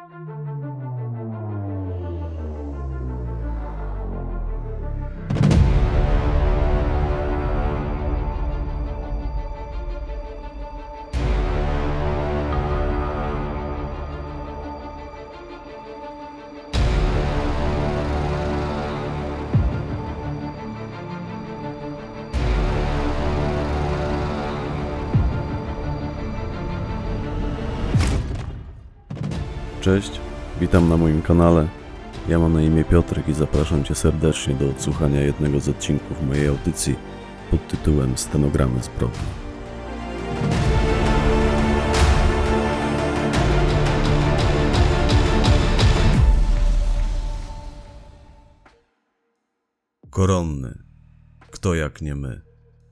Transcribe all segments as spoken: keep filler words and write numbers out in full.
Cześć, witam na moim kanale. Ja mam na imię Piotrek i zapraszam Cię serdecznie do odsłuchania jednego z odcinków mojej audycji pod tytułem Stenogramy zbrodni. Koronny. Kto jak nie my.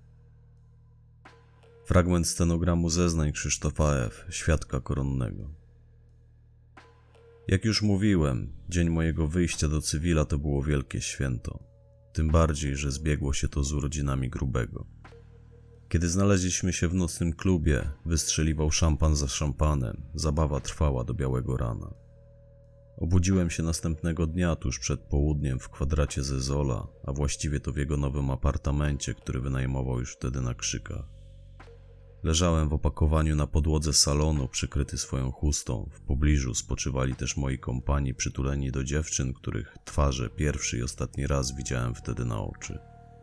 Fragment stenogramu zeznań Krzysztofa F., świadka koronnego. Jak już mówiłem, dzień mojego wyjścia do cywila to było wielkie święto. Tym bardziej, że zbiegło się to z urodzinami Grubego. Kiedy znaleźliśmy się w nocnym klubie, wystrzeliwał szampan za szampanem, zabawa trwała do białego rana. Obudziłem się następnego dnia tuż przed południem w kwadracie Zezola, a właściwie to w jego nowym apartamencie, który wynajmował już wtedy na Krzykach. Leżałem w opakowaniu na podłodze salonu, przykryty swoją chustą. W pobliżu spoczywali też moi kompani przytuleni do dziewczyn, których twarze pierwszy i ostatni raz widziałem wtedy na oczy.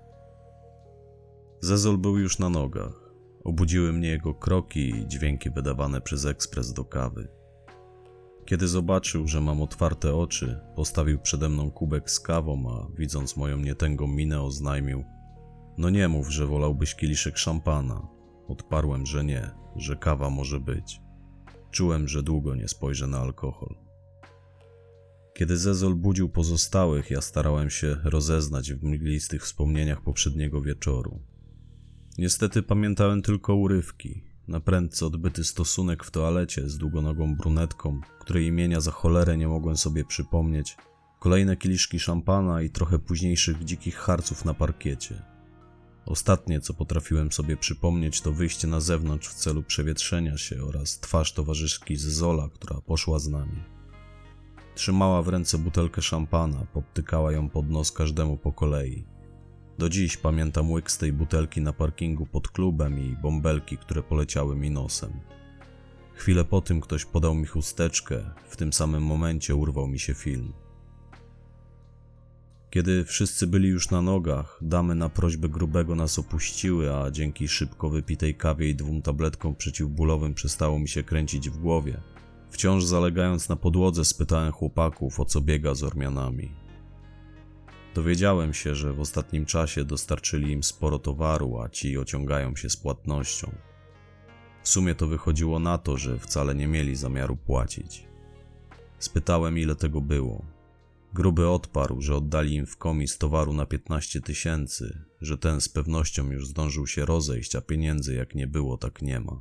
Zezol był już na nogach. Obudziły mnie jego kroki i dźwięki wydawane przez ekspres do kawy. Kiedy zobaczył, że mam otwarte oczy, postawił przede mną kubek z kawą, a widząc moją nietęgą minę oznajmił: no nie mów, że wolałbyś kieliszek szampana. Odparłem, że nie, że kawa może być. Czułem, że długo nie spojrzę na alkohol. Kiedy Zezol budził pozostałych, ja starałem się rozeznać w mglistych wspomnieniach poprzedniego wieczoru. Niestety pamiętałem tylko urywki. Naprędce odbyty stosunek w toalecie z długonogą brunetką, której imienia za cholerę nie mogłem sobie przypomnieć, kolejne kieliszki szampana i trochę późniejszych dzikich harców na parkiecie. Ostatnie, co potrafiłem sobie przypomnieć, to wyjście na zewnątrz w celu przewietrzenia się oraz twarz towarzyszki Zezola, która poszła z nami. Trzymała w ręce butelkę szampana, podtykała ją pod nos każdemu po kolei. Do dziś pamiętam łyk z tej butelki na parkingu pod klubem i bąbelki, które poleciały mi nosem. Chwilę po tym ktoś podał mi chusteczkę, w tym samym momencie urwał mi się film. Kiedy wszyscy byli już na nogach, damy na prośbę Grubego nas opuściły, a dzięki szybko wypitej kawie i dwóm tabletkom przeciwbólowym przestało mi się kręcić w głowie. Wciąż zalegając na podłodze, spytałem chłopaków, o co biega z Ormianami. Dowiedziałem się, że w ostatnim czasie dostarczyli im sporo towaru, a ci ociągają się z płatnością. W sumie to wychodziło na to, że wcale nie mieli zamiaru płacić. Spytałem, ile tego było. Gruby odparł, że oddali im w komis towaru na piętnaście tysięcy, że ten z pewnością już zdążył się rozejść, a pieniędzy jak nie było, tak nie ma.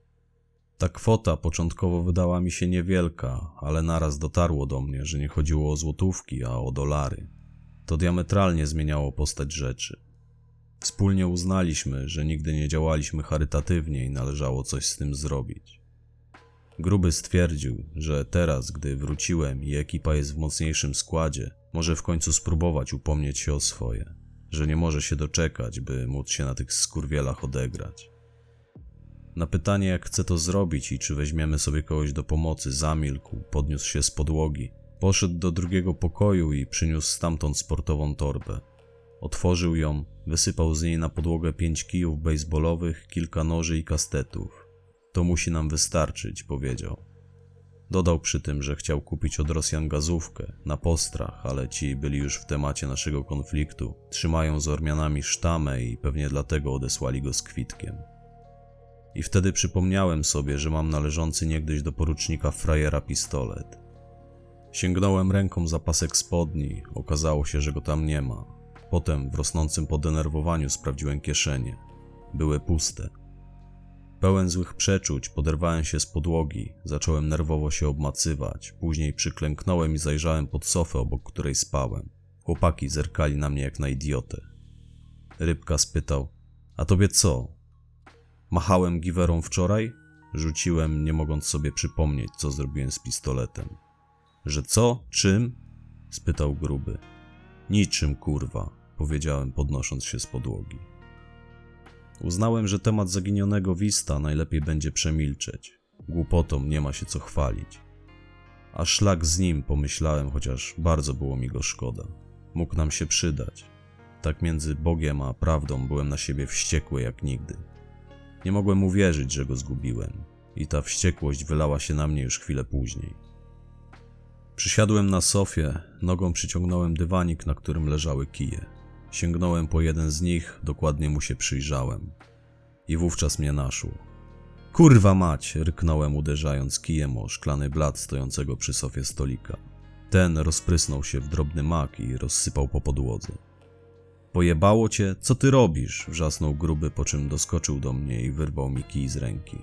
Ta kwota początkowo wydała mi się niewielka, ale naraz dotarło do mnie, że nie chodziło o złotówki, a o dolary. To diametralnie zmieniało postać rzeczy. Wspólnie uznaliśmy, że nigdy nie działaliśmy charytatywnie i należało coś z tym zrobić. Gruby stwierdził, że teraz, gdy wróciłem i ekipa jest w mocniejszym składzie, może w końcu spróbować upomnieć się o swoje, że nie może się doczekać, by móc się na tych skurwielach odegrać. Na pytanie, jak chce to zrobić i czy weźmiemy sobie kogoś do pomocy, zamilkł, podniósł się z podłogi, poszedł do drugiego pokoju i przyniósł stamtąd sportową torbę. Otworzył ją, wysypał z niej na podłogę pięć kijów bejsbolowych, kilka noży i kastetów. To musi nam wystarczyć, powiedział. Dodał przy tym, że chciał kupić od Rosjan gazówkę, na postrach, ale ci byli już w temacie naszego konfliktu, trzymają z Ormianami sztamę i pewnie dlatego odesłali go z kwitkiem. I wtedy przypomniałem sobie, że mam należący niegdyś do porucznika frajera pistolet. Sięgnąłem ręką za pasek spodni, okazało się, że go tam nie ma. Potem w rosnącym podenerwowaniu sprawdziłem kieszenie. Były puste. Pełen złych przeczuć poderwałem się z podłogi, zacząłem nerwowo się obmacywać, później przyklęknąłem i zajrzałem pod sofę, obok której spałem. Chłopaki zerkali na mnie jak na idiotę. Rybka spytał: a tobie co? Machałem giwerą wczoraj? Rzuciłem, nie mogąc sobie przypomnieć, co zrobiłem z pistoletem. Że co? Czym? Spytał Gruby. Niczym, kurwa, powiedziałem, podnosząc się z podłogi. Uznałem, że temat zaginionego Wista najlepiej będzie przemilczeć. Głupotą nie ma się co chwalić. A szlak z nim, pomyślałem, chociaż bardzo było mi go szkoda. Mógł nam się przydać. Tak między Bogiem a prawdą byłem na siebie wściekły jak nigdy. Nie mogłem uwierzyć, że go zgubiłem. I ta wściekłość wylała się na mnie już chwilę później. Przysiadłem na sofie, nogą przyciągnąłem dywanik, na którym leżały kije. Sięgnąłem po jeden z nich, dokładnie mu się przyjrzałem. I wówczas mnie naszło. Kurwa mać! Ryknąłem, uderzając kijem o szklany blat stojącego przy sofie stolika. Ten rozprysnął się w drobny mak i rozsypał po podłodze. Pojebało cię? Co ty robisz? Wrzasnął Gruby, po czym doskoczył do mnie i wyrwał mi kij z ręki.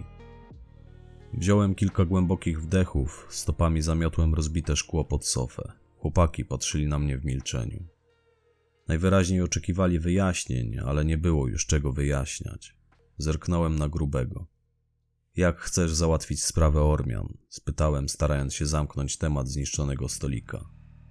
Wziąłem kilka głębokich wdechów, stopami zamiotłem rozbite szkło pod sofę. Chłopaki patrzyli na mnie w milczeniu. Najwyraźniej oczekiwali wyjaśnień, ale nie było już czego wyjaśniać. Zerknąłem na Grubego. Jak chcesz załatwić sprawę Ormian? Spytałem, starając się zamknąć temat zniszczonego stolika.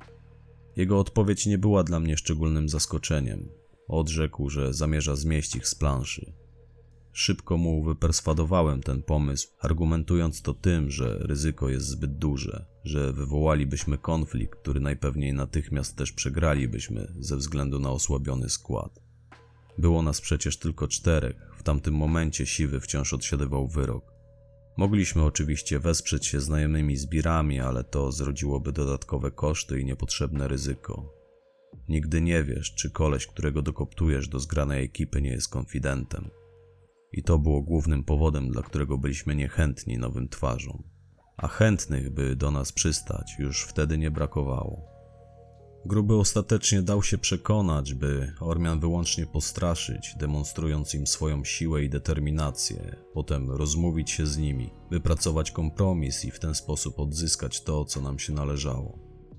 Jego odpowiedź nie była dla mnie szczególnym zaskoczeniem. Odrzekł, że zamierza zmieść ich z planszy. Szybko mu wyperswadowałem ten pomysł, argumentując to tym, że ryzyko jest zbyt duże, że wywołalibyśmy konflikt, który najpewniej natychmiast też przegralibyśmy ze względu na osłabiony skład. Było nas przecież tylko czterech, w tamtym momencie Siwy wciąż odsiadywał wyrok. Mogliśmy oczywiście wesprzeć się znajomymi zbirami, ale to zrodziłoby dodatkowe koszty i niepotrzebne ryzyko. Nigdy nie wiesz, czy koleś, którego dokoptujesz do zgranej ekipy, nie jest konfidentem. I to było głównym powodem, dla którego byliśmy niechętni nowym twarzom. A chętnych, by do nas przystać, już wtedy nie brakowało. Gruby ostatecznie dał się przekonać, by Ormian wyłącznie postraszyć, demonstrując im swoją siłę i determinację, potem rozmówić się z nimi, wypracować kompromis i w ten sposób odzyskać to, co nam się należało.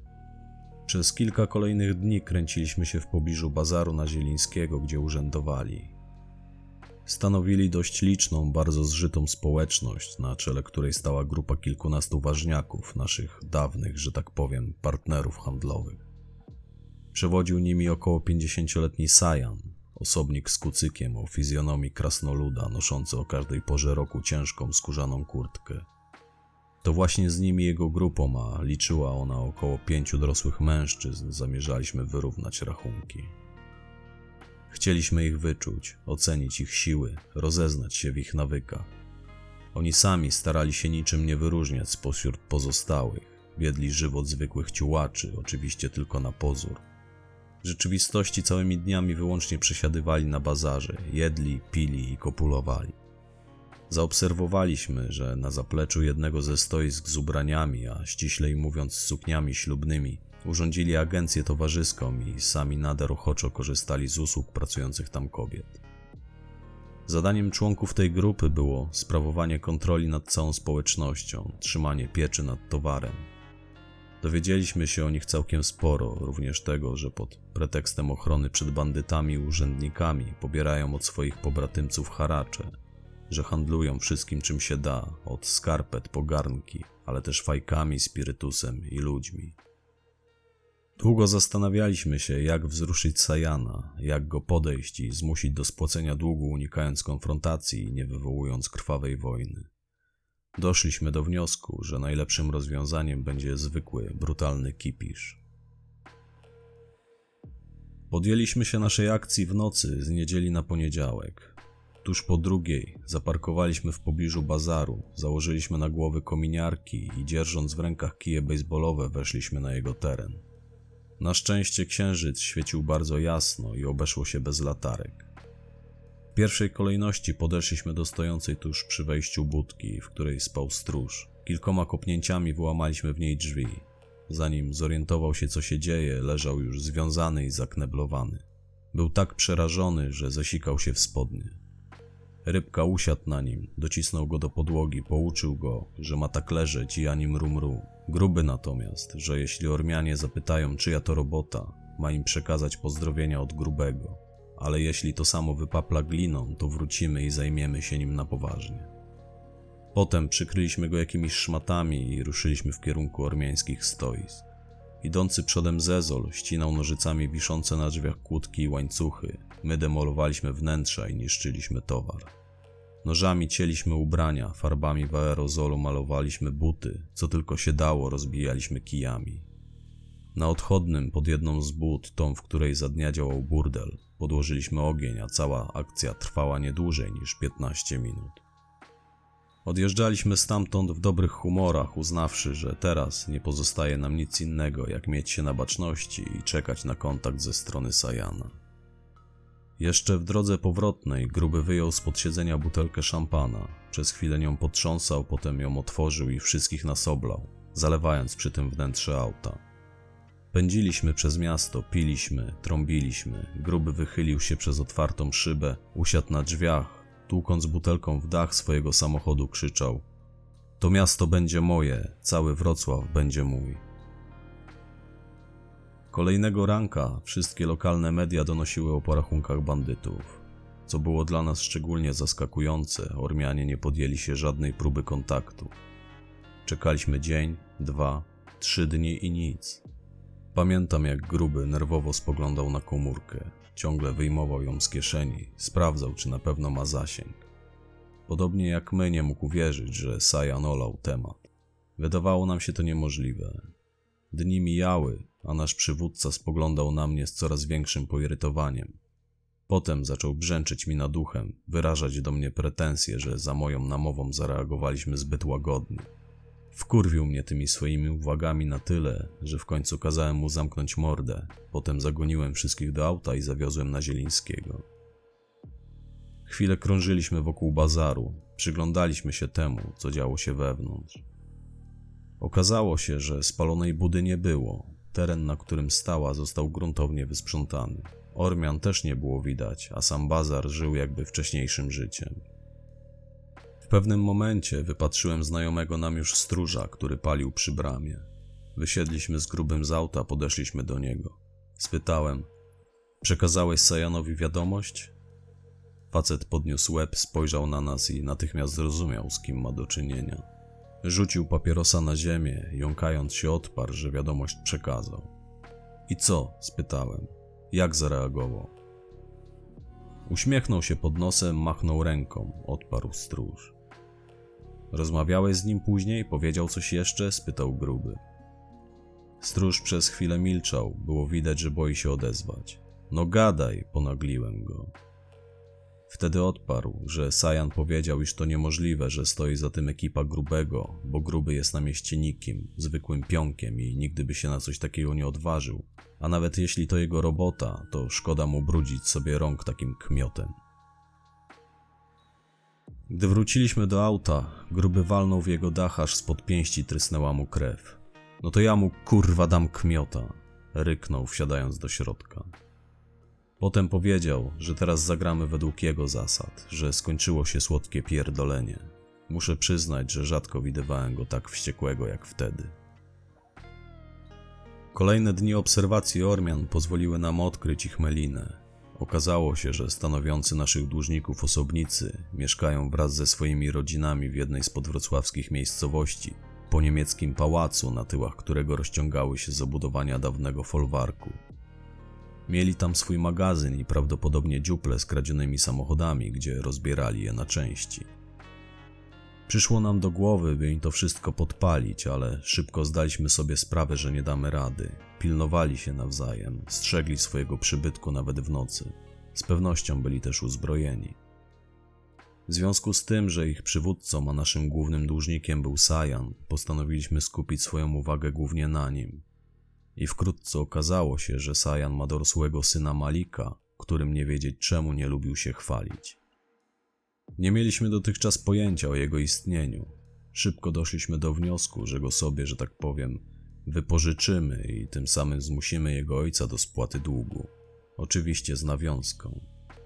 Przez kilka kolejnych dni kręciliśmy się w pobliżu bazaru na Zielińskiego, gdzie urzędowali. Stanowili dość liczną, bardzo zżytą społeczność, na czele której stała grupa kilkunastu ważniaków, naszych dawnych, że tak powiem, partnerów handlowych. Przewodził nimi około pięćdziesięcioletni Sajan, osobnik z kucykiem o fizjonomii krasnoluda, noszący o każdej porze roku ciężką skórzaną kurtkę. To właśnie z nimi jego grupą, a liczyła ona około pięciu dorosłych mężczyzn, zamierzaliśmy wyrównać rachunki. Chcieliśmy ich wyczuć, ocenić ich siły, rozeznać się w ich nawykach. Oni sami starali się niczym nie wyróżniać spośród pozostałych, wiedli żywot zwykłych ciułaczy, oczywiście tylko na pozór. W rzeczywistości całymi dniami wyłącznie przesiadywali na bazarze, jedli, pili i kopulowali. Zaobserwowaliśmy, że na zapleczu jednego ze stoisk z ubraniami, a ściślej mówiąc z sukniami ślubnymi, urządzili agencję towarzyską i sami nader ochoczo korzystali z usług pracujących tam kobiet. Zadaniem członków tej grupy było sprawowanie kontroli nad całą społecznością, trzymanie pieczy nad towarem. Dowiedzieliśmy się o nich całkiem sporo, również tego, że pod pretekstem ochrony przed bandytami i urzędnikami pobierają od swoich pobratymców haracze, że handlują wszystkim czym się da, od skarpet po garnki, ale też fajkami, spirytusem i ludźmi. Długo zastanawialiśmy się, jak wzruszyć Sajana, jak go podejść i zmusić do spłacenia długu, unikając konfrontacji i nie wywołując krwawej wojny. Doszliśmy do wniosku, że najlepszym rozwiązaniem będzie zwykły, brutalny kipisz. Podjęliśmy się naszej akcji w nocy z niedzieli na poniedziałek. Tuż po drugiej zaparkowaliśmy w pobliżu bazaru, założyliśmy na głowy kominiarki i dzierżąc w rękach kije bejsbolowe weszliśmy na jego teren. Na szczęście księżyc świecił bardzo jasno i obeszło się bez latarek. W pierwszej kolejności podeszliśmy do stojącej tuż przy wejściu budki, w której spał stróż. Kilkoma kopnięciami wyłamaliśmy w niej drzwi. Zanim zorientował się, co się dzieje, leżał już związany i zakneblowany. Był tak przerażony, że zasikał się w spodnie. Rybka usiadł na nim, docisnął go do podłogi, pouczył go, że ma tak leżeć i ani mru mru. Gruby natomiast, że jeśli Ormianie zapytają, czyja to robota, ma im przekazać pozdrowienia od Grubego. Ale jeśli to samo wypapla gliną, to wrócimy i zajmiemy się nim na poważnie. Potem przykryliśmy go jakimiś szmatami i ruszyliśmy w kierunku ormiańskich stoisk. Idący przodem Zezol ścinał nożycami wiszące na drzwiach kłódki i łańcuchy. My demolowaliśmy wnętrza i niszczyliśmy towar. Nożami cięliśmy ubrania, farbami w aerozolu malowaliśmy buty, co tylko się dało rozbijaliśmy kijami. Na odchodnym pod jedną z bud, tą w której za dnia działał burdel, podłożyliśmy ogień, a cała akcja trwała nie dłużej niż piętnaście minut. Odjeżdżaliśmy stamtąd w dobrych humorach, uznawszy, że teraz nie pozostaje nam nic innego, jak mieć się na baczności i czekać na kontakt ze strony Sajana. Jeszcze w drodze powrotnej Gruby wyjął spod siedzenia butelkę szampana. Przez chwilę nią potrząsał, potem ją otworzył i wszystkich nas oblał, zalewając przy tym wnętrze auta. Pędziliśmy przez miasto, piliśmy, trąbiliśmy. Gruby wychylił się przez otwartą szybę, usiadł na drzwiach, tłukąc butelką w dach swojego samochodu krzyczał: to miasto będzie moje, cały Wrocław będzie mój. Kolejnego ranka wszystkie lokalne media donosiły o porachunkach bandytów. Co było dla nas szczególnie zaskakujące, Ormianie nie podjęli się żadnej próby kontaktu. Czekaliśmy dzień, dwa, trzy dni i nic. Pamiętam, jak Gruby nerwowo spoglądał na komórkę. Ciągle wyjmował ją z kieszeni, sprawdzał, czy na pewno ma zasięg. Podobnie jak my nie mógł uwierzyć, że Sajan olał temat. Wydawało nam się to niemożliwe. Dni mijały, a nasz przywódca spoglądał na mnie z coraz większym poirytowaniem. Potem zaczął brzęczeć mi nad uchem, wyrażać do mnie pretensje, że za moją namową zareagowaliśmy zbyt łagodnie. Wkurwił mnie tymi swoimi uwagami na tyle, że w końcu kazałem mu zamknąć mordę. Potem zagoniłem wszystkich do auta i zawiozłem na Zielińskiego. Chwilę krążyliśmy wokół bazaru, przyglądaliśmy się temu, co działo się wewnątrz. Okazało się, że spalonej budy nie było. Teren, na którym stała, został gruntownie wysprzątany. Ormian też nie było widać, a sam bazar żył jakby wcześniejszym życiem. W pewnym momencie wypatrzyłem znajomego nam już stróża, który palił przy bramie. Wysiedliśmy z Grubym z auta, podeszliśmy do niego. Spytałem: przekazałeś Sajanowi wiadomość? Facet podniósł łeb, spojrzał na nas i natychmiast zrozumiał, z kim ma do czynienia. Rzucił papierosa na ziemię, jąkając się odparł, że wiadomość przekazał. I co? Spytałem. Jak zareagował? Uśmiechnął się pod nosem, machnął ręką, odparł stróż. Rozmawiałeś z nim później? Powiedział coś jeszcze? Spytał Gruby. Stróż przez chwilę milczał, było widać, że boi się odezwać. No gadaj, ponagliłem go. Wtedy odparł, że Sajan powiedział, iż to niemożliwe, że stoi za tym ekipa Grubego, bo Gruby jest na mieście nikim, zwykłym pionkiem i nigdy by się na coś takiego nie odważył, a nawet jeśli to jego robota, to szkoda mu brudzić sobie rąk takim kmiotem. Gdy wróciliśmy do auta, Gruby walnął w jego dach, aż spod pięści trysnęła mu krew. No to ja mu kurwa dam kmiota, ryknął, wsiadając do środka. Potem powiedział, że teraz zagramy według jego zasad, że skończyło się słodkie pierdolenie. Muszę przyznać, że rzadko widywałem go tak wściekłego jak wtedy. Kolejne dni obserwacji Ormian pozwoliły nam odkryć ich melinę. Okazało się, że stanowiący naszych dłużników osobnicy mieszkają wraz ze swoimi rodzinami w jednej z podwrocławskich miejscowości, po niemieckim pałacu, na tyłach którego rozciągały się zabudowania dawnego folwarku. Mieli tam swój magazyn i prawdopodobnie dziuple z kradzionymi samochodami, gdzie rozbierali je na części. Przyszło nam do głowy, by im to wszystko podpalić, ale szybko zdaliśmy sobie sprawę, że nie damy rady. Pilnowali się nawzajem, strzegli swojego przybytku nawet w nocy. Z pewnością byli też uzbrojeni. W związku z tym, że ich przywódcą, a naszym głównym dłużnikiem był Sajan, postanowiliśmy skupić swoją uwagę głównie na nim. I wkrótce okazało się, że Sajan ma dorosłego syna Malika, którym nie wiedzieć czemu nie lubił się chwalić. Nie mieliśmy dotychczas pojęcia o jego istnieniu. Szybko doszliśmy do wniosku, że go sobie, że tak powiem, wypożyczymy i tym samym zmusimy jego ojca do spłaty długu. Oczywiście z nawiązką.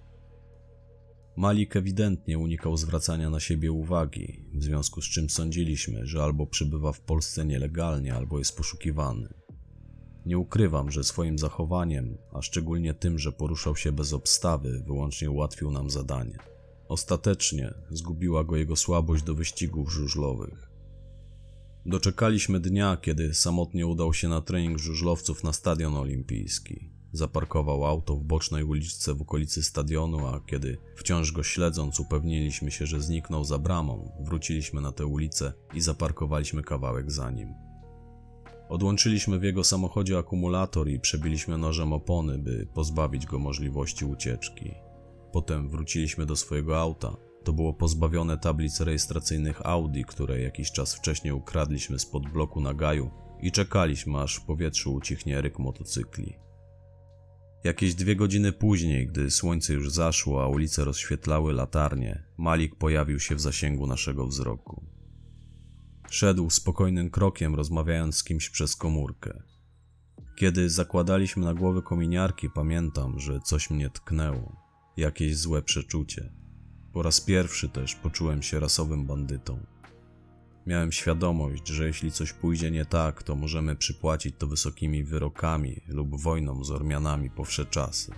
Malik ewidentnie unikał zwracania na siebie uwagi, w związku z czym sądziliśmy, że albo przybywa w Polsce nielegalnie, albo jest poszukiwany. Nie ukrywam, że swoim zachowaniem, a szczególnie tym, że poruszał się bez obstawy, wyłącznie ułatwił nam zadanie. Ostatecznie zgubiła go jego słabość do wyścigów żużlowych. Doczekaliśmy dnia, kiedy samotnie udał się na trening żużlowców na stadion olimpijski. Zaparkował auto w bocznej uliczce w okolicy stadionu, a kiedy wciąż go śledząc upewniliśmy się, że zniknął za bramą, wróciliśmy na tę ulicę i zaparkowaliśmy kawałek za nim. Odłączyliśmy w jego samochodzie akumulator i przebiliśmy nożem opony, by pozbawić go możliwości ucieczki. Potem wróciliśmy do swojego auta. To było pozbawione tablic rejestracyjnych Audi, które jakiś czas wcześniej ukradliśmy spod bloku na Gaju i czekaliśmy, aż w powietrzu ucichnie ryk motocykli. Jakieś dwie godziny później, gdy słońce już zaszło, a ulice rozświetlały latarnie, Malik pojawił się w zasięgu naszego wzroku. Szedł spokojnym krokiem, rozmawiając z kimś przez komórkę. Kiedy zakładaliśmy na głowy kominiarki, pamiętam, że coś mnie tknęło. Jakieś złe przeczucie. Po raz pierwszy też poczułem się rasowym bandytą. Miałem świadomość, że jeśli coś pójdzie nie tak, to możemy przypłacić to wysokimi wyrokami lub wojną z Ormianami po wsze czasy.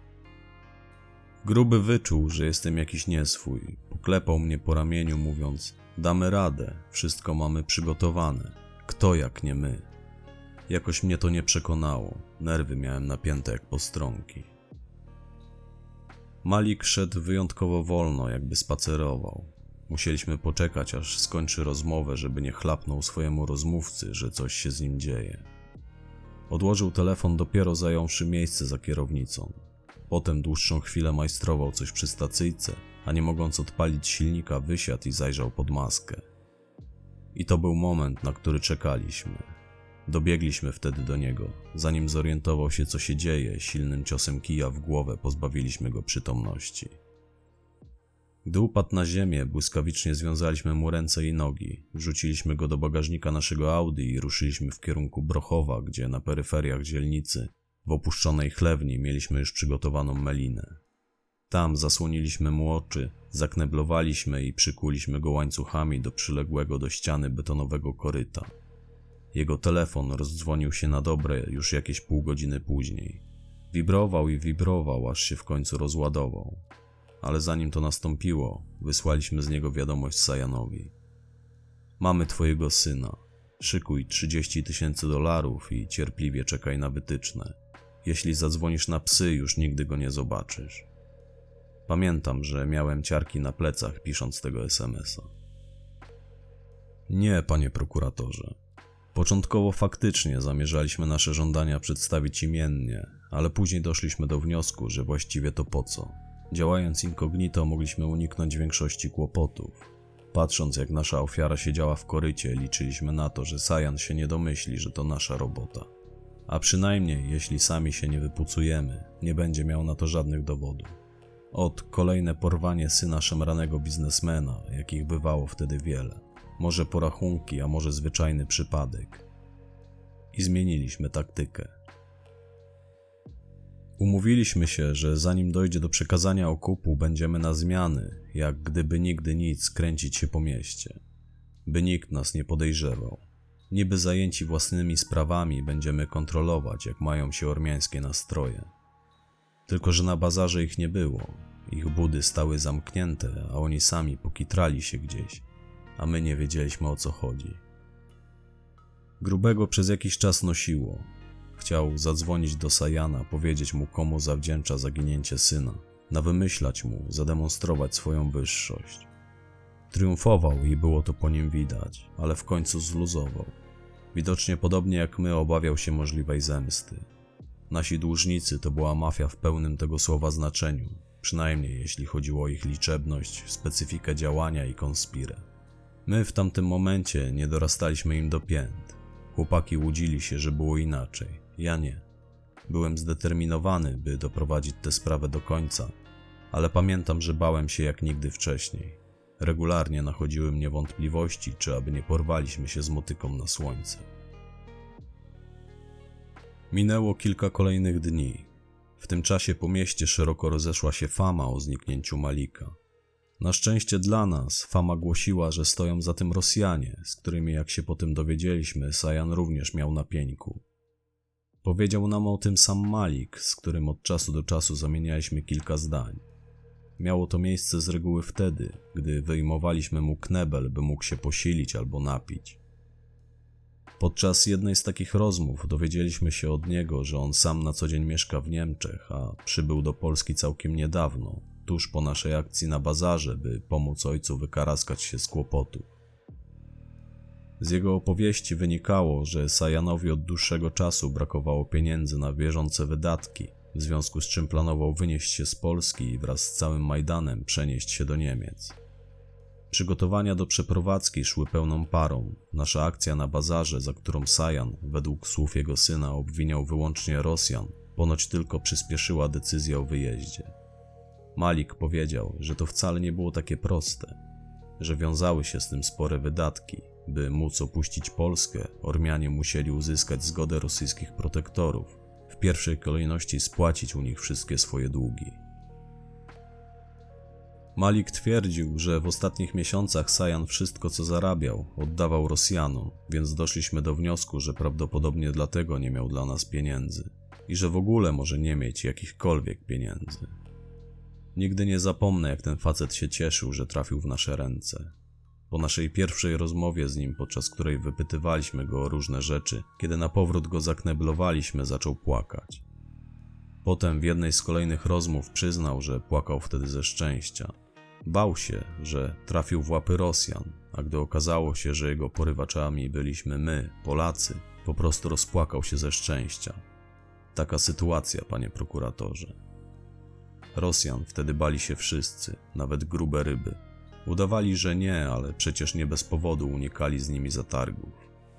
Gruby wyczuł, że jestem jakiś nieswój. Poklepał mnie po ramieniu, mówiąc: damy radę, wszystko mamy przygotowane. Kto jak nie my? Jakoś mnie to nie przekonało. Nerwy miałem napięte jak postronki. Malik szedł wyjątkowo wolno, jakby spacerował. Musieliśmy poczekać, aż skończy rozmowę, żeby nie chlapnął swojemu rozmówcy, że coś się z nim dzieje. Odłożył telefon, dopiero zająwszy miejsce za kierownicą. Potem dłuższą chwilę majstrował coś przy stacyjce, a nie mogąc odpalić silnika, wysiadł i zajrzał pod maskę. I to był moment, na który czekaliśmy. Dobiegliśmy wtedy do niego. Zanim zorientował się, co się dzieje, silnym ciosem kija w głowę pozbawiliśmy go przytomności. Gdy upadł na ziemię, błyskawicznie związaliśmy mu ręce i nogi, wrzuciliśmy go do bagażnika naszego Audi i ruszyliśmy w kierunku Brochowa, gdzie na peryferiach dzielnicy, w opuszczonej chlewni, mieliśmy już przygotowaną melinę. Tam zasłoniliśmy mu oczy, zakneblowaliśmy i przykuliśmy go łańcuchami do przyległego do ściany betonowego koryta. Jego telefon rozdzwonił się na dobre już jakieś pół godziny później. Wibrował i wibrował, aż się w końcu rozładował. Ale zanim to nastąpiło, wysłaliśmy z niego wiadomość Sajanowi. Mamy twojego syna. Szykuj trzydzieści tysięcy dolarów i cierpliwie czekaj na wytyczne. Jeśli zadzwonisz na psy, już nigdy go nie zobaczysz. Pamiętam, że miałem ciarki na plecach, pisząc tego es em es a. Nie, panie prokuratorze. Początkowo faktycznie zamierzaliśmy nasze żądania przedstawić imiennie, ale później doszliśmy do wniosku, że właściwie to po co. Działając incognito mogliśmy uniknąć większości kłopotów. Patrząc, jak nasza ofiara siedziała w korycie, liczyliśmy na to, że Sajan się nie domyśli, że to nasza robota. A przynajmniej, jeśli sami się nie wypucujemy, nie będzie miał na to żadnych dowodów. Ot, kolejne porwanie syna szemranego biznesmena, jakich bywało wtedy wiele. Może porachunki, a może zwyczajny przypadek. I zmieniliśmy taktykę. Umówiliśmy się, że zanim dojdzie do przekazania okupu, będziemy na zmiany, jak gdyby nigdy nic, kręcić się po mieście. By nikt nas nie podejrzewał. Niby zajęci własnymi sprawami będziemy kontrolować, jak mają się ormiańskie nastroje. Tylko że na bazarze ich nie było. Ich budy stały zamknięte, a oni sami pokitrali się gdzieś, a my nie wiedzieliśmy, o co chodzi. Grubego przez jakiś czas nosiło. Chciał zadzwonić do Sajana, powiedzieć mu, komu zawdzięcza zaginięcie syna, nawymyślać mu, zademonstrować swoją wyższość. Triumfował i było to po nim widać, ale w końcu zluzował. Widocznie podobnie jak my obawiał się możliwej zemsty. Nasi dłużnicy to była mafia w pełnym tego słowa znaczeniu, przynajmniej jeśli chodziło o ich liczebność, specyfikę działania i konspirę. My w tamtym momencie nie dorastaliśmy im do pięt. Chłopaki łudzili się, że było inaczej. Ja nie. Byłem zdeterminowany, by doprowadzić tę sprawę do końca, ale pamiętam, że bałem się jak nigdy wcześniej. Regularnie nachodziły mnie wątpliwości, czy aby nie porwaliśmy się z motyką na słońce. Minęło kilka kolejnych dni. W tym czasie po mieście szeroko rozeszła się fama o zniknięciu Malika. Na szczęście dla nas fama głosiła, że stoją za tym Rosjanie, z którymi, jak się potem dowiedzieliśmy, Sajan również miał na pieńku. Powiedział nam o tym sam Malik, z którym od czasu do czasu zamienialiśmy kilka zdań. miało to miejsce z reguły wtedy, gdy wyjmowaliśmy mu knebel, by mógł się posilić albo napić. Podczas jednej z takich rozmów dowiedzieliśmy się od niego, że on sam na co dzień mieszka w Niemczech, a przybył do Polski całkiem niedawno, tuż po naszej akcji na bazarze, by pomóc ojcu wykaraskać się z kłopotu. Z jego opowieści wynikało, że Sajanowi od dłuższego czasu brakowało pieniędzy na bieżące wydatki, w związku z czym planował wynieść się z Polski i wraz z całym Majdanem przenieść się do Niemiec. Przygotowania do przeprowadzki szły pełną parą. Nasza akcja na bazarze, za którą Sajan, według słów jego syna, obwiniał wyłącznie Rosjan, ponoć tylko przyspieszyła decyzję o wyjeździe. Malik powiedział, że to wcale nie było takie proste, że wiązały się z tym spore wydatki. By móc opuścić Polskę, Ormianie musieli uzyskać zgodę rosyjskich protektorów, w pierwszej kolejności spłacić u nich wszystkie swoje długi. Malik twierdził, że w ostatnich miesiącach Sajan wszystko co zarabiał oddawał Rosjanom, więc doszliśmy do wniosku, że prawdopodobnie dlatego nie miał dla nas pieniędzy i że w ogóle może nie mieć jakichkolwiek pieniędzy. Nigdy nie zapomnę, jak ten facet się cieszył, że trafił w nasze ręce. Po naszej pierwszej rozmowie z nim, podczas której wypytywaliśmy go o różne rzeczy, kiedy na powrót go zakneblowaliśmy, zaczął płakać. Potem w jednej z kolejnych rozmów przyznał, że płakał wtedy ze szczęścia. Bał się, że trafił w łapy Rosjan, a gdy okazało się, że jego porywaczami byliśmy my, Polacy, po prostu rozpłakał się ze szczęścia. Taka sytuacja, panie prokuratorze. Rosjan wtedy bali się wszyscy, nawet grube ryby. Udawali, że nie, ale przecież nie bez powodu unikali z nimi zatargów.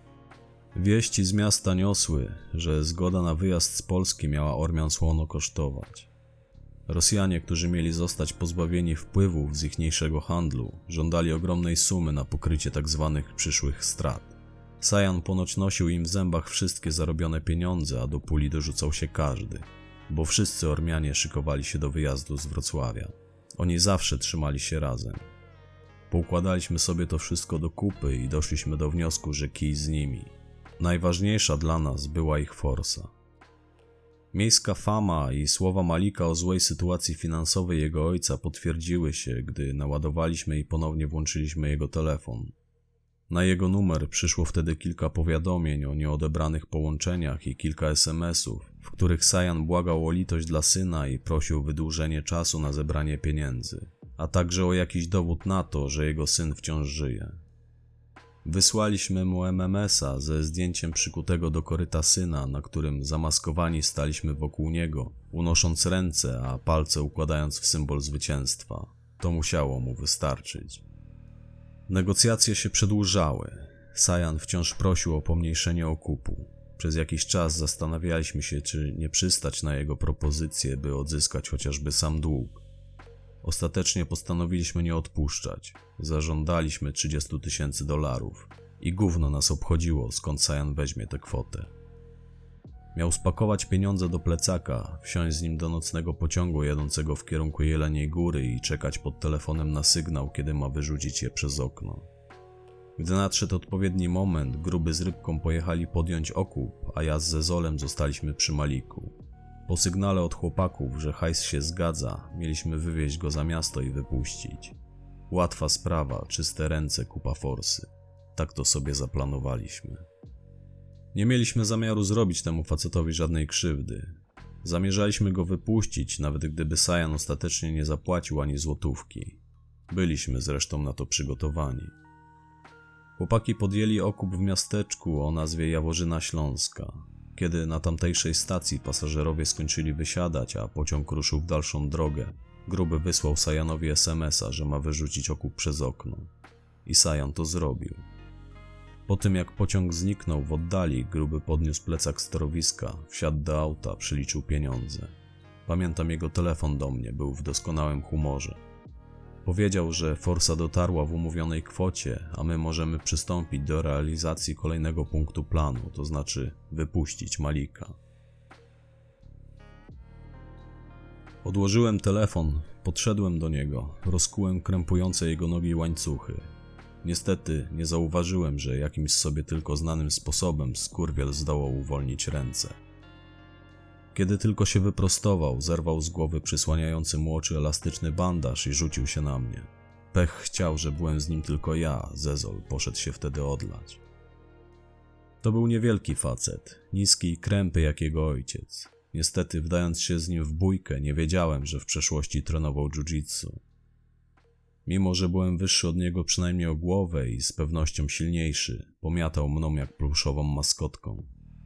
Wieści z miasta niosły, że zgoda na wyjazd z Polski miała Ormian słono kosztować. Rosjanie, którzy mieli zostać pozbawieni wpływów z ichniejszego handlu, żądali ogromnej sumy na pokrycie tzw. przyszłych strat. Sajan ponoć nosił im w zębach wszystkie zarobione pieniądze, a do puli dorzucał się każdy, bo wszyscy Ormianie szykowali się do wyjazdu z Wrocławia. Oni zawsze trzymali się razem. Poukładaliśmy sobie to wszystko do kupy i doszliśmy do wniosku, że kij z nimi. Najważniejsza dla nas była ich forsa. Miejska fama i słowa Malika o złej sytuacji finansowej jego ojca potwierdziły się, gdy naładowaliśmy i ponownie włączyliśmy jego telefon. Na jego numer przyszło wtedy kilka powiadomień o nieodebranych połączeniach i kilka esemesów, w których Sajan błagał o litość dla syna i prosił o wydłużenie czasu na zebranie pieniędzy, a także o jakiś dowód na to, że jego syn wciąż żyje. Wysłaliśmy mu em em es a ze zdjęciem przykutego do koryta syna, na którym zamaskowani staliśmy wokół niego, unosząc ręce, a palce układając w symbol zwycięstwa. To musiało mu wystarczyć. Negocjacje się przedłużały. Sajan wciąż prosił o pomniejszenie okupu. Przez jakiś czas zastanawialiśmy się, czy nie przystać na jego propozycję, by odzyskać chociażby sam dług. Ostatecznie postanowiliśmy nie odpuszczać. Zażądaliśmy trzydzieści tysięcy dolarów i gówno nas obchodziło, skąd Sajan weźmie tę kwotę. Miał spakować pieniądze do plecaka, wsiąść z nim do nocnego pociągu jadącego w kierunku Jeleniej Góry i czekać pod telefonem na sygnał, kiedy ma wyrzucić je przez okno. Gdy nadszedł odpowiedni moment, Gruby z Rybką pojechali podjąć okup, a ja z Zezolem zostaliśmy przy Maliku. Po sygnale od chłopaków, że hajs się zgadza, mieliśmy wywieźć go za miasto i wypuścić. Łatwa sprawa, czyste ręce, kupa forsy. Tak to sobie zaplanowaliśmy. Nie mieliśmy zamiaru zrobić temu facetowi żadnej krzywdy. Zamierzaliśmy go wypuścić, nawet gdyby Sajan ostatecznie nie zapłacił ani złotówki. Byliśmy zresztą na to przygotowani. Chłopaki podjęli okup w miasteczku o nazwie Jaworzyna Śląska. Kiedy na tamtejszej stacji pasażerowie skończyli wysiadać, a pociąg ruszył w dalszą drogę, Gruby wysłał Sajanowi es em es a, że ma wyrzucić okup przez okno. I Sajan to zrobił. Po tym jak pociąg zniknął w oddali, Gruby podniósł plecak z torowiska, wsiadł do auta, przyliczył pieniądze. Pamiętam jego telefon do mnie, był w doskonałym humorze. Powiedział, że forsa dotarła w umówionej kwocie, a my możemy przystąpić do realizacji kolejnego punktu planu, to znaczy wypuścić Malika. Odłożyłem telefon, podszedłem do niego, rozkułem krępujące jego nogi łańcuchy. Niestety nie zauważyłem, że jakimś sobie tylko znanym sposobem skurwiel zdołał uwolnić ręce. Kiedy tylko się wyprostował, zerwał z głowy przysłaniający mu oczy elastyczny bandaż i rzucił się na mnie. Pech chciał, że byłem z nim tylko ja, Zezol poszedł się wtedy odlać. To był niewielki facet, niski i krępy jak jego ojciec. Niestety, wdając się z nim w bójkę, nie wiedziałem, że w przeszłości trenował jiu-jitsu. Mimo że byłem wyższy od niego przynajmniej o głowę i z pewnością silniejszy, pomiatał mną jak pluszową maskotką.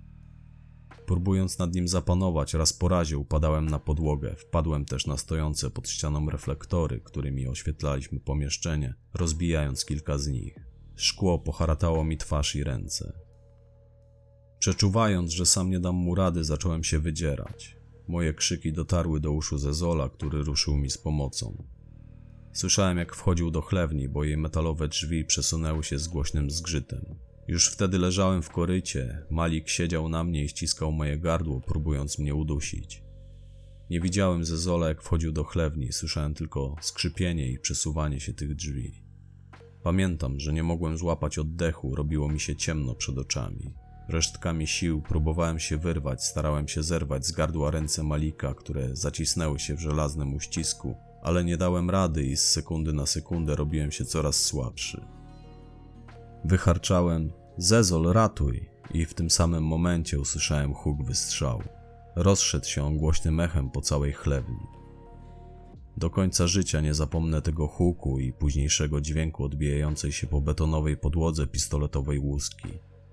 Próbując nad nim zapanować, raz po razie upadałem na podłogę, wpadłem też na stojące pod ścianą reflektory, którymi oświetlaliśmy pomieszczenie, rozbijając kilka z nich. Szkło poharatało mi twarz i ręce. Przeczuwając, że sam nie dam mu rady, zacząłem się wydzierać. Moje krzyki dotarły do uszu Zezola, który ruszył mi z pomocą. Słyszałem, jak wchodził do chlewni, bo jej metalowe drzwi przesunęły się z głośnym zgrzytem. Już wtedy leżałem w korycie, Malik siedział na mnie i ściskał moje gardło, próbując mnie udusić. Nie widziałem Zezola, jak wchodził do chlewni, słyszałem tylko skrzypienie i przesuwanie się tych drzwi. Pamiętam, że nie mogłem złapać oddechu, robiło mi się ciemno przed oczami. Resztkami sił próbowałem się wyrwać, starałem się zerwać z gardła ręce Malika, które zacisnęły się w żelaznym uścisku, ale nie dałem rady i z sekundy na sekundę robiłem się coraz słabszy. Wycharczałem: Zezol, ratuj! I w tym samym momencie usłyszałem huk wystrzału. Rozszedł się on głośnym echem po całej chlewni. Do końca życia nie zapomnę tego huku i późniejszego dźwięku odbijającej się po betonowej podłodze pistoletowej łuski.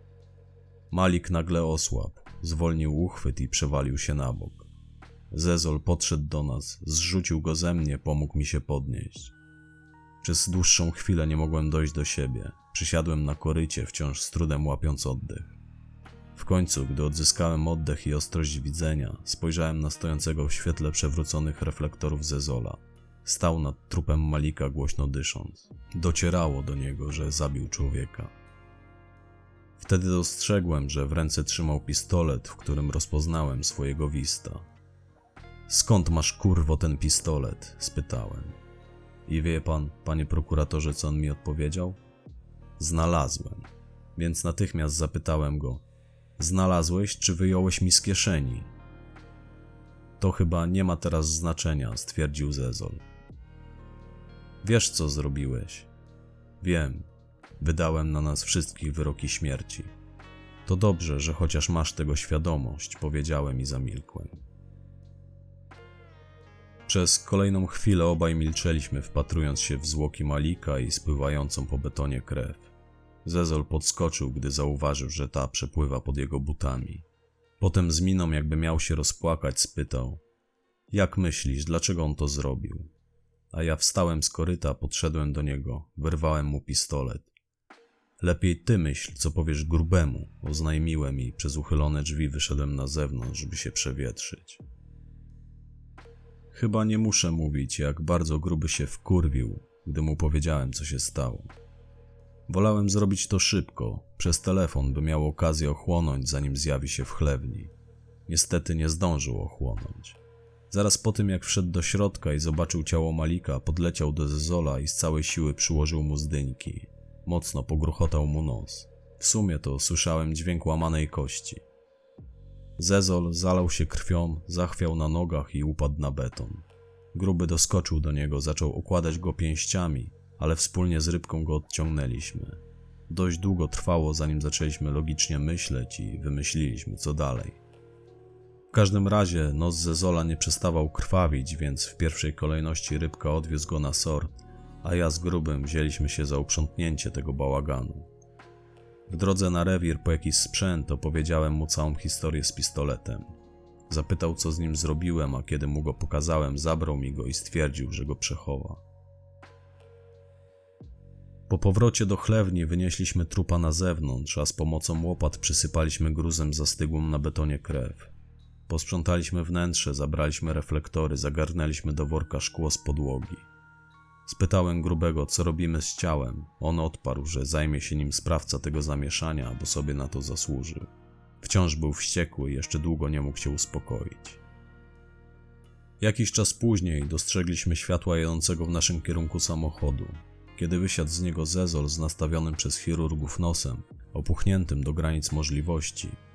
Malik nagle osłabł, zwolnił uchwyt i przewalił się na bok. Zezol podszedł do nas, zrzucił go ze mnie, pomógł mi się podnieść. Przez dłuższą chwilę nie mogłem dojść do siebie. Przysiadłem na korycie, wciąż z trudem łapiąc oddech. W końcu, gdy odzyskałem oddech i ostrość widzenia, spojrzałem na stojącego w świetle przewróconych reflektorów Zezola. Stał nad trupem Malika, głośno dysząc. Docierało do niego, że zabił człowieka. Wtedy dostrzegłem, że w ręce trzymał pistolet, w którym rozpoznałem swojego wista. Skąd masz, kurwo, ten pistolet? Spytałem. I wie pan, panie prokuratorze, co on mi odpowiedział? Znalazłem. Więc natychmiast zapytałem go: znalazłeś, czy wyjąłeś mi z kieszeni? To chyba nie ma teraz znaczenia, stwierdził Zezol. Wiesz, co zrobiłeś? Wiem. Wydałem na nas wszystkich wyroki śmierci. To dobrze, że chociaż masz tego świadomość, powiedziałem i zamilkłem. Przez kolejną chwilę obaj milczeliśmy, wpatrując się w zwłoki Malika i spływającą po betonie krew. Zezol podskoczył, gdy zauważył, że ta przepływa pod jego butami. Potem z miną, jakby miał się rozpłakać, spytał: jak myślisz, dlaczego on to zrobił? A ja wstałem z koryta, podszedłem do niego, wyrwałem mu pistolet. Lepiej ty myśl, co powiesz grubemu, oznajmiłem i przez uchylone drzwi wyszedłem na zewnątrz, żeby się przewietrzyć. Chyba nie muszę mówić, jak bardzo gruby się wkurwił, gdy mu powiedziałem, co się stało. Wolałem zrobić to szybko, przez telefon, by miał okazję ochłonąć, zanim zjawi się w chlewni. Niestety nie zdążył ochłonąć. Zaraz po tym, jak wszedł do środka i zobaczył ciało Malika, podleciał do Zezola i z całej siły przyłożył mu zdyńki. Mocno pogruchotał mu nos. W sumie to słyszałem dźwięk łamanej kości. Zezol zalał się krwią, zachwiał na nogach i upadł na beton. Gruby doskoczył do niego, zaczął okładać go pięściami, ale wspólnie z Rybką go odciągnęliśmy. Dość długo trwało, zanim zaczęliśmy logicznie myśleć i wymyśliliśmy, co dalej. W każdym razie nos Zezola nie przestawał krwawić, więc w pierwszej kolejności Rybka odwiózł go na S O R, a ja z Grubym wzięliśmy się za uprzątnięcie tego bałaganu. W drodze na rewir po jakiś sprzęt opowiedziałem mu całą historię z pistoletem. Zapytał, co z nim zrobiłem, a kiedy mu go pokazałem, zabrał mi go i stwierdził, że go przechowa. Po powrocie do chlewni wynieśliśmy trupa na zewnątrz, a z pomocą łopat przysypaliśmy gruzem zastygłą na betonie krew. Posprzątaliśmy wnętrze, zabraliśmy reflektory, zagarnęliśmy do worka szkło z podłogi. Spytałem Grubego, co robimy z ciałem. On odparł, że zajmie się nim sprawca tego zamieszania, bo sobie na to zasłużył. Wciąż był wściekły i jeszcze długo nie mógł się uspokoić. Jakiś czas później dostrzegliśmy światła jadącego w naszym kierunku samochodu. Kiedy wysiadł z niego Zezol z nastawionym przez chirurgów nosem, opuchniętym do granic możliwości,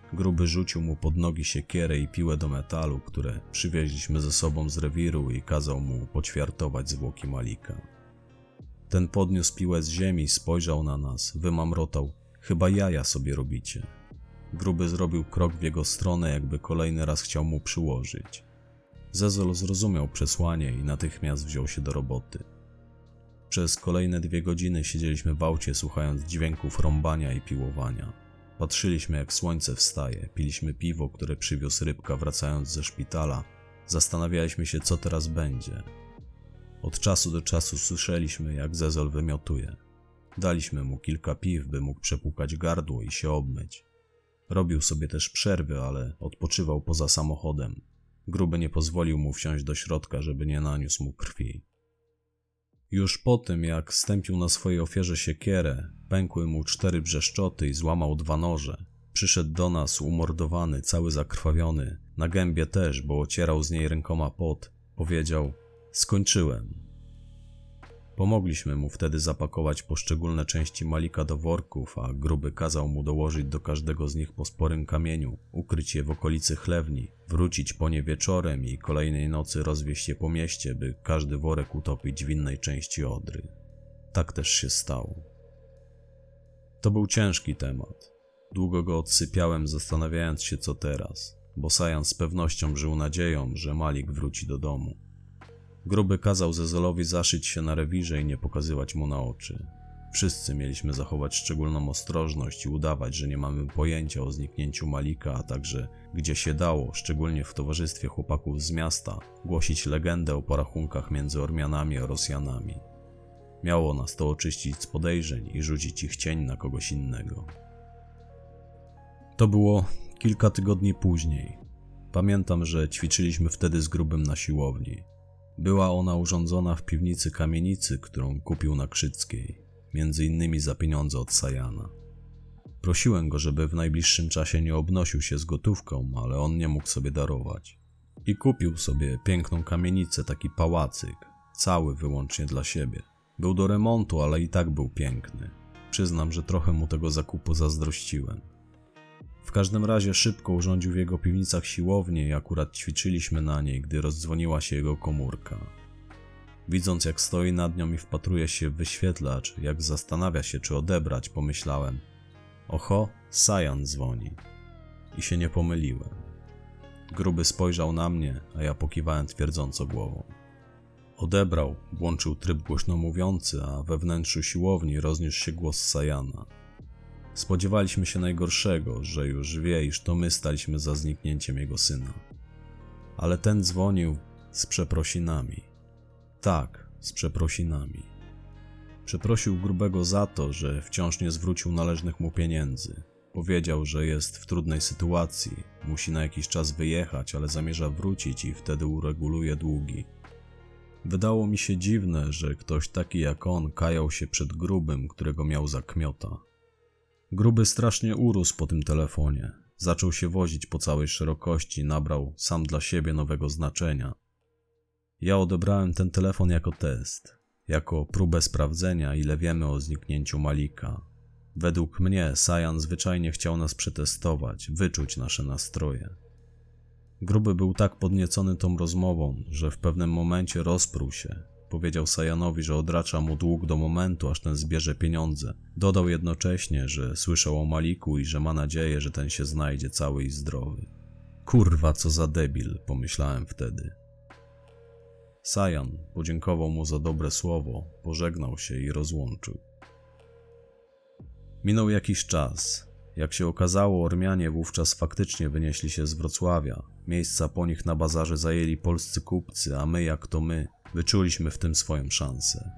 Gruby rzucił mu pod nogi siekierę i piłę do metalu, które przywieźliśmy ze sobą z rewiru i kazał mu poćwiartować zwłoki Malika. Ten podniósł piłę z ziemi, spojrzał na nas, wymamrotał: chyba jaja sobie robicie. Gruby zrobił krok w jego stronę, jakby kolejny raz chciał mu przyłożyć. Zezol zrozumiał przesłanie i natychmiast wziął się do roboty. Przez kolejne dwie godziny siedzieliśmy w aucie, słuchając dźwięków rąbania i piłowania. Patrzyliśmy, jak słońce wstaje, piliśmy piwo, które przywiózł Rybka wracając ze szpitala. Zastanawialiśmy się, co teraz będzie. Od czasu do czasu słyszeliśmy, jak Zezol wymiotuje. Daliśmy mu kilka piw, by mógł przepłukać gardło i się obmyć. Robił sobie też przerwy, ale odpoczywał poza samochodem. Gruby nie pozwolił mu wsiąść do środka, żeby nie naniósł mu krwi. Już po tym, jak stępił na swojej ofierze siekierę, pękły mu cztery brzeszczoty i złamał dwa noże. Przyszedł do nas umordowany, cały zakrwawiony, na gębie też, bo ocierał z niej rękoma pot. Powiedział: skończyłem. Pomogliśmy mu wtedy zapakować poszczególne części Malika do worków, a Gruby kazał mu dołożyć do każdego z nich po sporym kamieniu, ukryć je w okolicy chlewni, wrócić po nie wieczorem i kolejnej nocy rozwieźć je po mieście, by każdy worek utopić w innej części Odry. Tak też się stało. To był ciężki temat. Długo go odsypiałem, zastanawiając się, co teraz, bo Sajan z pewnością żył nadzieją, że Malik wróci do domu. Gruby kazał Zezolowi zaszyć się na rewirze i nie pokazywać mu na oczy. Wszyscy mieliśmy zachować szczególną ostrożność i udawać, że nie mamy pojęcia o zniknięciu Malika, a także, gdzie się dało, szczególnie w towarzystwie chłopaków z miasta, głosić legendę o porachunkach między Ormianami a Rosjanami. Miało nas to oczyścić z podejrzeń i rzucić ich cień na kogoś innego. To było kilka tygodni później. Pamiętam, że ćwiczyliśmy wtedy z Grubym na siłowni. Była ona urządzona w piwnicy kamienicy, którą kupił na Krzyckiej, między innymi za pieniądze od Sajana. Prosiłem go, żeby w najbliższym czasie nie obnosił się z gotówką, ale on nie mógł sobie darować. I kupił sobie piękną kamienicę, taki pałacyk, cały wyłącznie dla siebie. Był do remontu, ale i tak był piękny. Przyznam, że trochę mu tego zakupu zazdrościłem. W każdym razie szybko urządził w jego piwnicach siłownię i akurat ćwiczyliśmy na niej, gdy rozdzwoniła się jego komórka. Widząc, jak stoi nad nią i wpatruje się w wyświetlacz, jak zastanawia się, czy odebrać, pomyślałem: oho, Sajan dzwoni. I się nie pomyliłem. Gruby spojrzał na mnie, a ja pokiwałem twierdząco głową. Odebrał, włączył tryb głośno mówiący, a we wnętrzu siłowni rozniósł się głos Sajana. Spodziewaliśmy się najgorszego, że już wie, iż to my staliśmy za zniknięciem jego syna. Ale ten dzwonił z przeprosinami. Tak, z przeprosinami. Przeprosił Grubego za to, że wciąż nie zwrócił należnych mu pieniędzy. Powiedział, że jest w trudnej sytuacji, musi na jakiś czas wyjechać, ale zamierza wrócić i wtedy ureguluje długi. Wydało mi się dziwne, że ktoś taki jak on kajał się przed Grubym, którego miał za kmiota. Gruby strasznie urósł po tym telefonie. Zaczął się wozić po całej szerokości, nabrał sam dla siebie nowego znaczenia. Ja odebrałem ten telefon jako test, jako próbę sprawdzenia, ile wiemy o zniknięciu Malika. Według mnie Sajan zwyczajnie chciał nas przetestować, wyczuć nasze nastroje. Gruby był tak podniecony tą rozmową, że w pewnym momencie rozpruł się. Powiedział Sajanowi, że odracza mu dług do momentu, aż ten zbierze pieniądze. Dodał jednocześnie, że słyszał o Maliku i że ma nadzieję, że ten się znajdzie cały i zdrowy. Kurwa, co za debil, pomyślałem wtedy. Sajan podziękował mu za dobre słowo, pożegnał się i rozłączył. Minął jakiś czas. Jak się okazało, Ormianie wówczas faktycznie wynieśli się z Wrocławia. Miejsca po nich na bazarze zajęli polscy kupcy, a my, jak to my, wyczuliśmy w tym swoją szansę.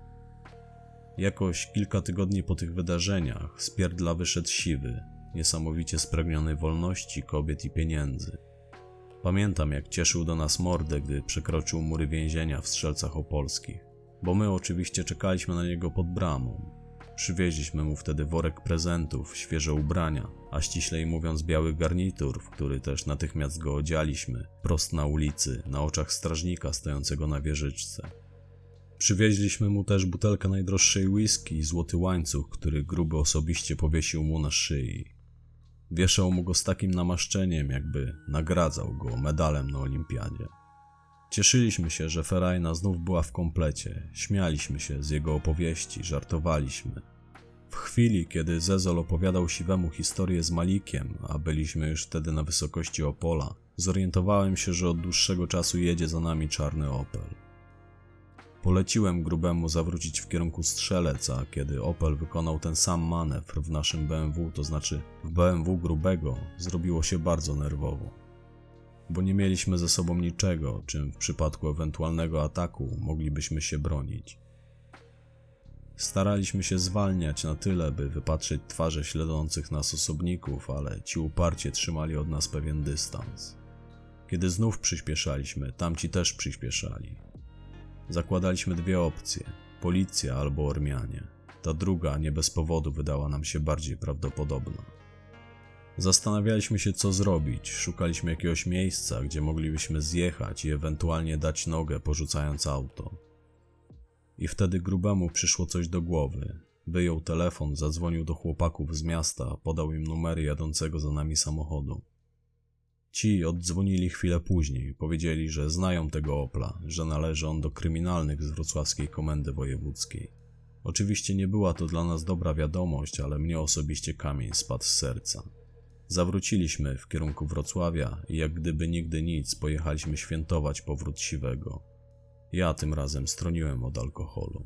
Jakoś kilka tygodni po tych wydarzeniach z pierdla wyszedł Siwy, niesamowicie spragniony wolności, kobiet i pieniędzy. Pamiętam, jak cieszył do nas mordę, gdy przekroczył mury więzienia w Strzelcach Opolskich, bo my oczywiście czekaliśmy na niego pod bramą. Przywieźliśmy mu wtedy worek prezentów, świeże ubrania, a ściślej mówiąc biały garnitur, w który też natychmiast go odzialiśmy, prost na ulicy, na oczach strażnika stojącego na wieżyczce. Przywieźliśmy mu też butelkę najdroższej whisky i złoty łańcuch, który Gruby osobiście powiesił mu na szyi. Wieszał mu go z takim namaszczeniem, jakby nagradzał go medalem na olimpiadzie. Cieszyliśmy się, że ferajna znów była w komplecie, śmialiśmy się z jego opowieści, żartowaliśmy. W chwili, kiedy Zezol opowiadał Siwemu historię z Malikiem, a byliśmy już wtedy na wysokości Opola, zorientowałem się, że od dłuższego czasu jedzie za nami czarny Opel. Poleciłem Grubemu zawrócić w kierunku Strzelec, a kiedy Opel wykonał ten sam manewr w naszym B M W, to znaczy w B M W Grubego, zrobiło się bardzo nerwowo. Bo nie mieliśmy ze sobą niczego, czym w przypadku ewentualnego ataku moglibyśmy się bronić. Staraliśmy się zwalniać na tyle, by wypatrzeć twarze śledzących nas osobników, ale ci uparcie trzymali od nas pewien dystans. Kiedy znów przyspieszaliśmy, tamci też przyspieszali. Zakładaliśmy dwie opcje, policja albo Ormianie. Ta druga nie bez powodu wydała nam się bardziej prawdopodobna. Zastanawialiśmy się, co zrobić, szukaliśmy jakiegoś miejsca, gdzie moglibyśmy zjechać i ewentualnie dać nogę, porzucając auto. I wtedy Grubemu przyszło coś do głowy. Wyjął telefon, zadzwonił do chłopaków z miasta, podał im numery jadącego za nami samochodu. Ci oddzwonili chwilę później, powiedzieli, że znają tego Opla, że należy on do kryminalnych z wrocławskiej komendy wojewódzkiej. Oczywiście nie była to dla nas dobra wiadomość, ale mnie osobiście kamień spadł z serca. Zawróciliśmy w kierunku Wrocławia i jak gdyby nigdy nic pojechaliśmy świętować powrót Siwego. Ja tym razem stroniłem od alkoholu.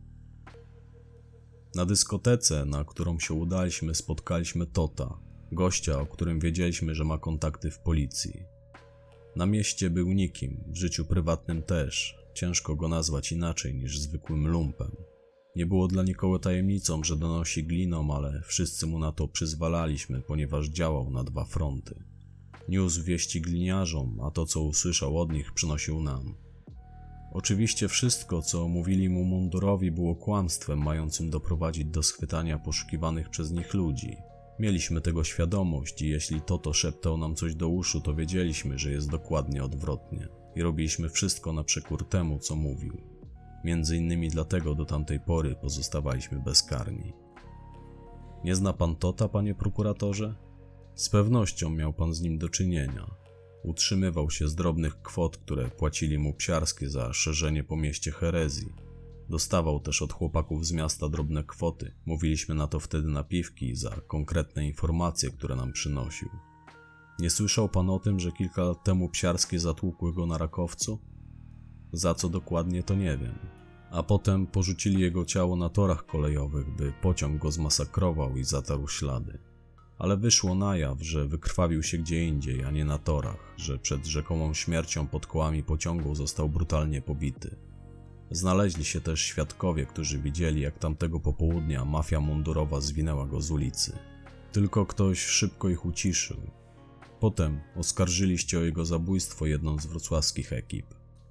Na dyskotece, na którą się udaliśmy, spotkaliśmy Tota, gościa, o którym wiedzieliśmy, że ma kontakty w policji. Na mieście był nikim, w życiu prywatnym też, ciężko go nazwać inaczej niż zwykłym lumpem. Nie było dla nikogo tajemnicą, że donosi gliną, ale wszyscy mu na to przyzwalaliśmy, ponieważ działał na dwa fronty. Niósł wieści gliniarzom, a to, co usłyszał od nich, przynosił nam. Oczywiście wszystko, co mówili mu mundurowi, było kłamstwem mającym doprowadzić do schwytania poszukiwanych przez nich ludzi. Mieliśmy tego świadomość i jeśli Toto szeptał nam coś do uszu, to wiedzieliśmy, że jest dokładnie odwrotnie i robiliśmy wszystko na przekór temu, co mówił. Między innymi dlatego do tamtej pory pozostawaliśmy bezkarni. Nie zna pan Tota, panie prokuratorze? Z pewnością miał pan z nim do czynienia. Utrzymywał się z drobnych kwot, które płacili mu Psiarskie za szerzenie po mieście herezji. Dostawał też od chłopaków z miasta drobne kwoty, mówiliśmy na to wtedy napiwki, za konkretne informacje, które nam przynosił. Nie słyszał pan o tym, że kilka lat temu Psiarskie zatłukły go na Rakowcu? Za co dokładnie, to nie wiem. A potem porzucili jego ciało na torach kolejowych, by pociąg go zmasakrował i zatarł ślady. Ale wyszło na jaw, że wykrwawił się gdzie indziej, a nie na torach, że przed rzekomą śmiercią pod kołami pociągu został brutalnie pobity. Znaleźli się też świadkowie, którzy widzieli, jak tamtego popołudnia mafia mundurowa zwinęła go z ulicy. Tylko ktoś szybko ich uciszył. Potem oskarżyliście o jego zabójstwo jedną z wrocławskich ekip.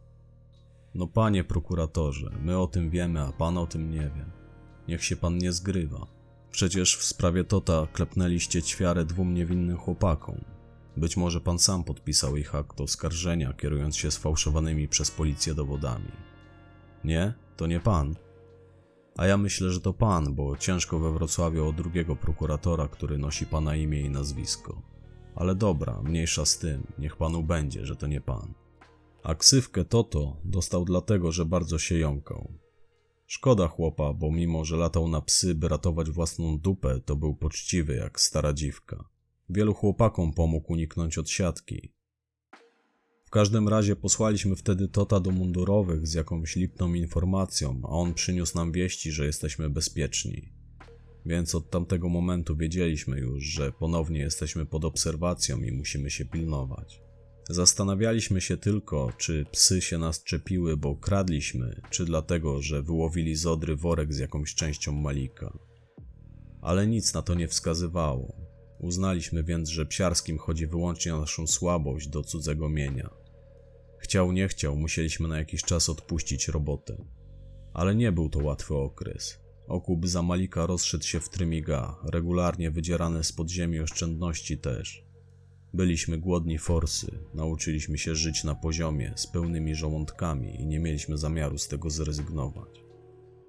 No panie prokuratorze, my o tym wiemy, a pan o tym nie wie. Niech się pan nie zgrywa. Przecież w sprawie Tota klepnęliście ćwiarę dwóm niewinnym chłopakom. Być może pan sam podpisał ich akt oskarżenia, kierując się sfałszowanymi przez policję dowodami. Nie? To nie pan? A ja myślę, że to pan, bo ciężko we Wrocławiu o drugiego prokuratora, który nosi pana imię i nazwisko. Ale dobra, mniejsza z tym, niech panu będzie, że to nie pan. A ksywkę Toto dostał dlatego, że bardzo się jąkał. Szkoda chłopa, bo mimo, że latał na psy, by ratować własną dupę, to był poczciwy jak stara dziwka. Wielu chłopakom pomógł uniknąć od siatki. W każdym razie posłaliśmy wtedy Tota do mundurowych z jakąś lipną informacją, a on przyniósł nam wieści, że jesteśmy bezpieczni. Więc od tamtego momentu wiedzieliśmy już, że ponownie jesteśmy pod obserwacją i musimy się pilnować. Zastanawialiśmy się tylko, czy psy się nas czepiły, bo kradliśmy, czy dlatego, że wyłowili z Odry worek z jakąś częścią Malika. Ale nic na to nie wskazywało. Uznaliśmy więc, że Psiarskim chodzi wyłącznie o naszą słabość do cudzego mienia. Chciał, nie chciał, musieliśmy na jakiś czas odpuścić robotę. Ale nie był to łatwy okres. Okup za Malika rozszedł się w trymiga, regularnie wydzierane z podziemi oszczędności też. Byliśmy głodni forsy, nauczyliśmy się żyć na poziomie, z pełnymi żołądkami i nie mieliśmy zamiaru z tego zrezygnować.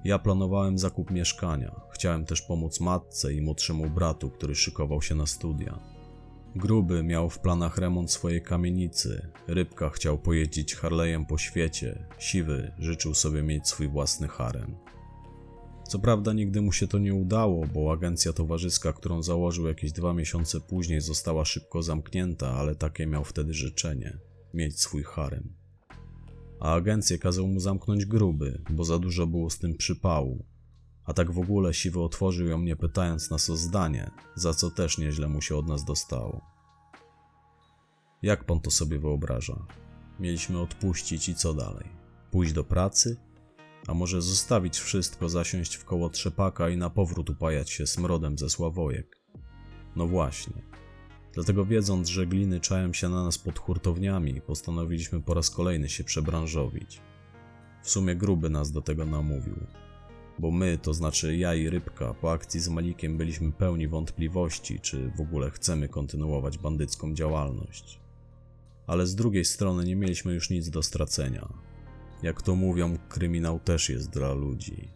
Ja planowałem zakup mieszkania, chciałem też pomóc matce i młodszemu bratu, który szykował się na studia. Gruby miał w planach remont swojej kamienicy, Rybka chciał pojeździć Harley'em po świecie, Siwy życzył sobie mieć swój własny harem. Co prawda nigdy mu się to nie udało, bo agencja towarzyska, którą założył jakieś dwa miesiące później, została szybko zamknięta, ale takie miał wtedy życzenie – mieć swój harem. A agencję kazał mu zamknąć Gruby, bo za dużo było z tym przypału. A tak w ogóle Siwy otworzył ją nie pytając nas o zdanie, za co też nieźle mu się od nas dostało. Jak pan to sobie wyobraża? Mieliśmy odpuścić i co dalej? Pójść do pracy? A może zostawić wszystko, zasiąść w koło trzepaka i na powrót upajać się smrodem ze Sławojek? No właśnie. Dlatego wiedząc, że gliny czają się na nas pod hurtowniami, postanowiliśmy po raz kolejny się przebranżowić. W sumie Gruby nas do tego namówił. Bo my, to znaczy ja i Rybka, po akcji z Malikiem byliśmy pełni wątpliwości, czy w ogóle chcemy kontynuować bandycką działalność. Ale z drugiej strony nie mieliśmy już nic do stracenia. Jak to mówią, kryminał też jest dla ludzi.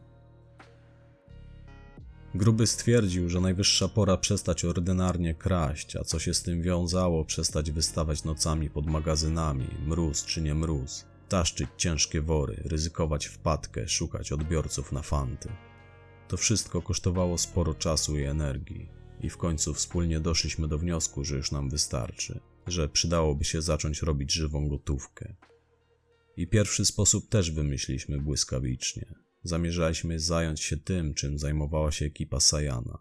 Gruby stwierdził, że najwyższa pora przestać ordynarnie kraść, a co się z tym wiązało, przestać wystawać nocami pod magazynami, mróz czy nie mróz, taszczyć ciężkie wory, ryzykować wpadkę, szukać odbiorców na fanty. To wszystko kosztowało sporo czasu i energii i w końcu wspólnie doszliśmy do wniosku, że już nam wystarczy, że przydałoby się zacząć robić żywą gotówkę. I pierwszy sposób też wymyśliliśmy błyskawicznie. Zamierzaliśmy zająć się tym, czym zajmowała się ekipa Sajana.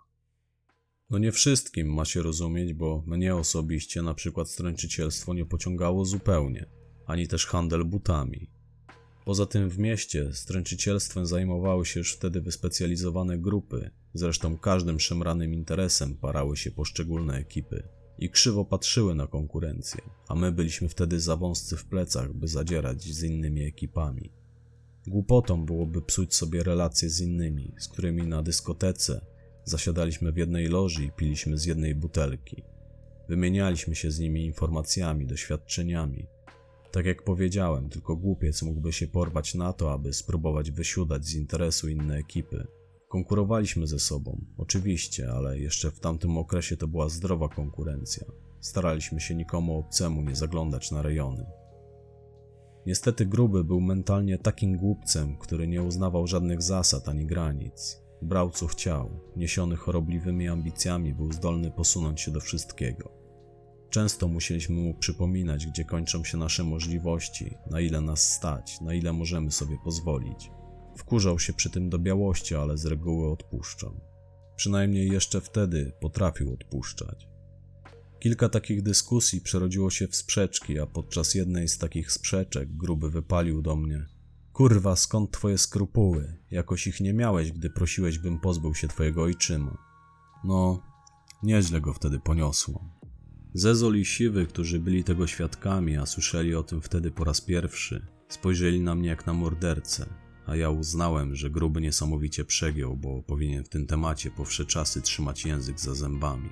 No nie wszystkim ma się rozumieć, bo mnie osobiście na przykład stręczycielstwo nie pociągało zupełnie, ani też handel butami. Poza tym w mieście stręczycielstwem zajmowały się już wtedy wyspecjalizowane grupy, zresztą każdym szemranym interesem parały się poszczególne ekipy i krzywo patrzyły na konkurencję, a my byliśmy wtedy za wąscy w plecach, by zadzierać z innymi ekipami. Głupotą byłoby psuć sobie relacje z innymi, z którymi na dyskotece zasiadaliśmy w jednej loży i piliśmy z jednej butelki. Wymienialiśmy się z nimi informacjami, doświadczeniami. Tak jak powiedziałem, tylko głupiec mógłby się porwać na to, aby spróbować wysiudać z interesu inne ekipy. Konkurowaliśmy ze sobą, oczywiście, ale jeszcze w tamtym okresie to była zdrowa konkurencja. Staraliśmy się nikomu obcemu nie zaglądać na rejony. Niestety Gruby był mentalnie takim głupcem, który nie uznawał żadnych zasad ani granic. Brał co chciał, niesiony chorobliwymi ambicjami był zdolny posunąć się do wszystkiego. Często musieliśmy mu przypominać, gdzie kończą się nasze możliwości, na ile nas stać, na ile możemy sobie pozwolić. Wkurzał się przy tym do białości, ale z reguły odpuszczał. Przynajmniej jeszcze wtedy potrafił odpuszczać. Kilka takich dyskusji przerodziło się w sprzeczki, a podczas jednej z takich sprzeczek Gruby wypalił do mnie: kurwa, skąd twoje skrupuły? Jakoś ich nie miałeś, gdy prosiłeś, bym pozbył się twojego ojczyma. No, nieźle go wtedy poniosło. Zezol i Siwy, którzy byli tego świadkami, a słyszeli o tym wtedy po raz pierwszy, spojrzeli na mnie jak na mordercę, a ja uznałem, że Gruby niesamowicie przegiął, bo powinien w tym temacie po wsze czasy trzymać język za zębami.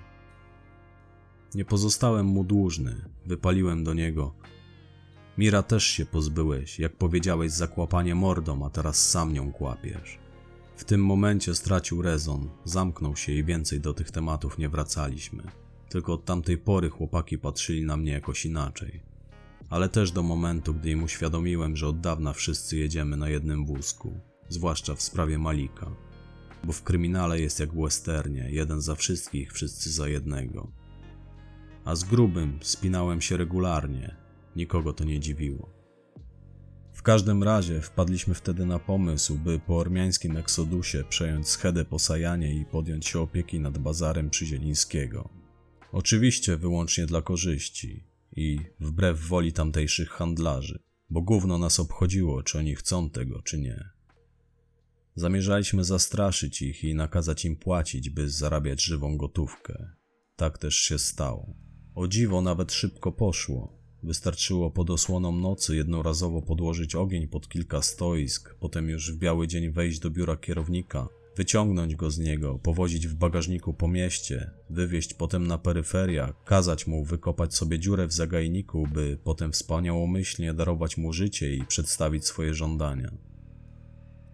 Nie pozostałem mu dłużny, wypaliłem do niego: Mira też się pozbyłeś, jak powiedziałeś, zakłapanie mordą, a teraz sam nią kłapiesz. W tym momencie stracił rezon, zamknął się i więcej do tych tematów nie wracaliśmy. Tylko od tamtej pory chłopaki patrzyli na mnie jakoś inaczej. Ale też do momentu, gdy im uświadomiłem, że od dawna wszyscy jedziemy na jednym wózku, zwłaszcza w sprawie Malika. Bo w kryminale jest jak w westernie, jeden za wszystkich, wszyscy za jednego. A z Grubym spinałem się regularnie, nikogo to nie dziwiło. W każdym razie wpadliśmy wtedy na pomysł, by po ormiańskim eksodusie przejąć schedę po Sajanie i podjąć się opieki nad bazarem Przyzielińskiego. Oczywiście wyłącznie dla korzyści i wbrew woli tamtejszych handlarzy, bo gówno nas obchodziło, czy oni chcą tego, czy nie. Zamierzaliśmy zastraszyć ich i nakazać im płacić, by zarabiać żywą gotówkę. Tak też się stało. O dziwo nawet szybko poszło. Wystarczyło pod osłoną nocy jednorazowo podłożyć ogień pod kilka stoisk, potem już w biały dzień wejść do biura kierownika, wyciągnąć go z niego, powozić w bagażniku po mieście, wywieźć potem na peryferia, kazać mu wykopać sobie dziurę w zagajniku, by potem wspaniałomyślnie darować mu życie i przedstawić swoje żądania.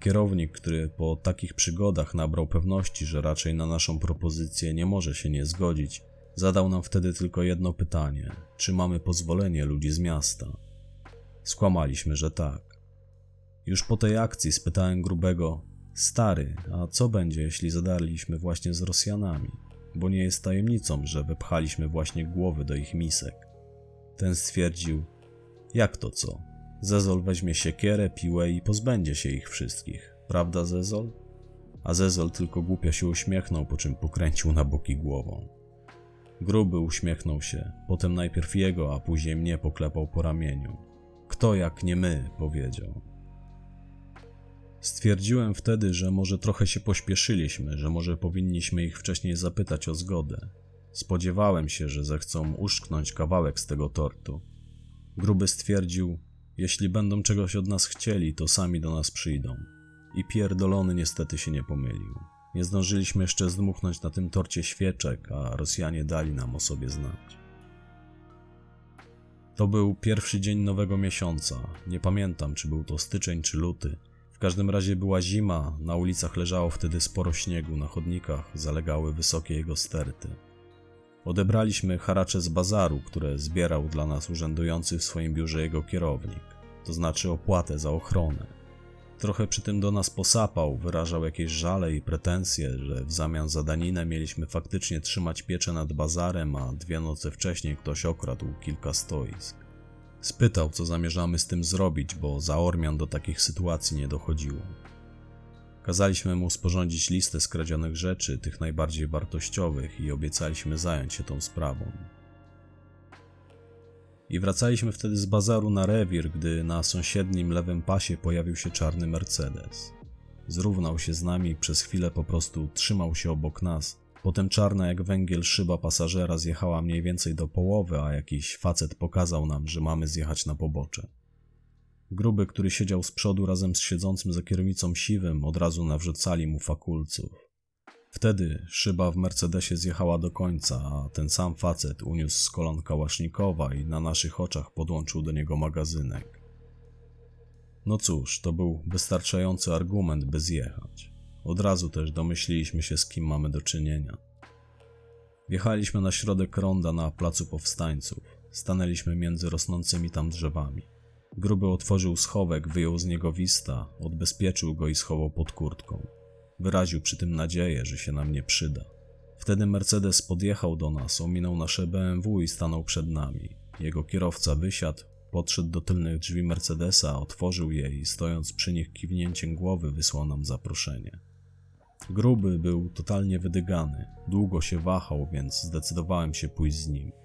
Kierownik, który po takich przygodach nabrał pewności, że raczej na naszą propozycję nie może się nie zgodzić, zadał nam wtedy tylko jedno pytanie: czy mamy pozwolenie ludzi z miasta? Skłamaliśmy, że tak. Już po tej akcji spytałem Grubego: stary, a co będzie, jeśli zadarliśmy właśnie z Rosjanami? Bo nie jest tajemnicą, że wepchaliśmy właśnie głowy do ich misek. Ten stwierdził: jak to co? Zezol weźmie siekierę, piłę i pozbędzie się ich wszystkich. Prawda, Zezol? A Zezol tylko głupio się uśmiechnął, po czym pokręcił na boki głową. Gruby uśmiechnął się, potem najpierw jego, a później mnie poklepał po ramieniu. Kto jak nie my, powiedział. Stwierdziłem wtedy, że może trochę się pośpieszyliśmy, że może powinniśmy ich wcześniej zapytać o zgodę. Spodziewałem się, że zechcą uszczknąć kawałek z tego tortu. Gruby stwierdził: jeśli będą czegoś od nas chcieli, to sami do nas przyjdą. I pierdolony niestety się nie pomylił. Nie zdążyliśmy jeszcze zdmuchnąć na tym torcie świeczek, a Rosjanie dali nam o sobie znać. To był pierwszy dzień nowego miesiąca. Nie pamiętam, czy był to styczeń czy luty. W każdym razie była zima, na ulicach leżało wtedy sporo śniegu, na chodnikach zalegały wysokie jego sterty. Odebraliśmy haracze z bazaru, które zbierał dla nas urzędujący w swoim biurze jego kierownik, to znaczy opłatę za ochronę. Trochę przy tym do nas posapał, wyrażał jakieś żale i pretensje, że w zamian za daninę mieliśmy faktycznie trzymać pieczę nad bazarem, a dwie noce wcześniej ktoś okradł kilka stoisk. Spytał, co zamierzamy z tym zrobić, bo za Ormian do takich sytuacji nie dochodziło. Kazaliśmy mu sporządzić listę skradzionych rzeczy, tych najbardziej wartościowych, i obiecaliśmy zająć się tą sprawą. I wracaliśmy wtedy z bazaru na rewir, gdy na sąsiednim lewym pasie pojawił się czarny Mercedes. Zrównał się z nami i przez chwilę po prostu trzymał się obok nas. Potem czarna jak węgiel szyba pasażera zjechała mniej więcej do połowy, a jakiś facet pokazał nam, że mamy zjechać na pobocze. Gruby, który siedział z przodu razem z siedzącym za kierownicą siwym, od razu nawrzucali mu fakulców. Wtedy szyba w Mercedesie zjechała do końca, a ten sam facet uniósł z kolan kałasznikowa i na naszych oczach podłączył do niego magazynek. No cóż, to był wystarczający argument, by zjechać. Od razu też domyśliliśmy się, z kim mamy do czynienia. Wjechaliśmy na środek ronda na placu Powstańców. Stanęliśmy między rosnącymi tam drzewami. Gruby otworzył schowek, wyjął z niego wista, odbezpieczył go i schował pod kurtką. Wyraził przy tym nadzieję, że się nam nie przyda. Wtedy Mercedes podjechał do nas, ominął nasze B M W i stanął przed nami. Jego kierowca wysiadł, podszedł do tylnych drzwi Mercedesa, otworzył je i stojąc przy nich kiwnięciem głowy wysłał nam zaproszenie. Gruby był totalnie wydygany, długo się wahał, więc zdecydowałem się pójść z nim.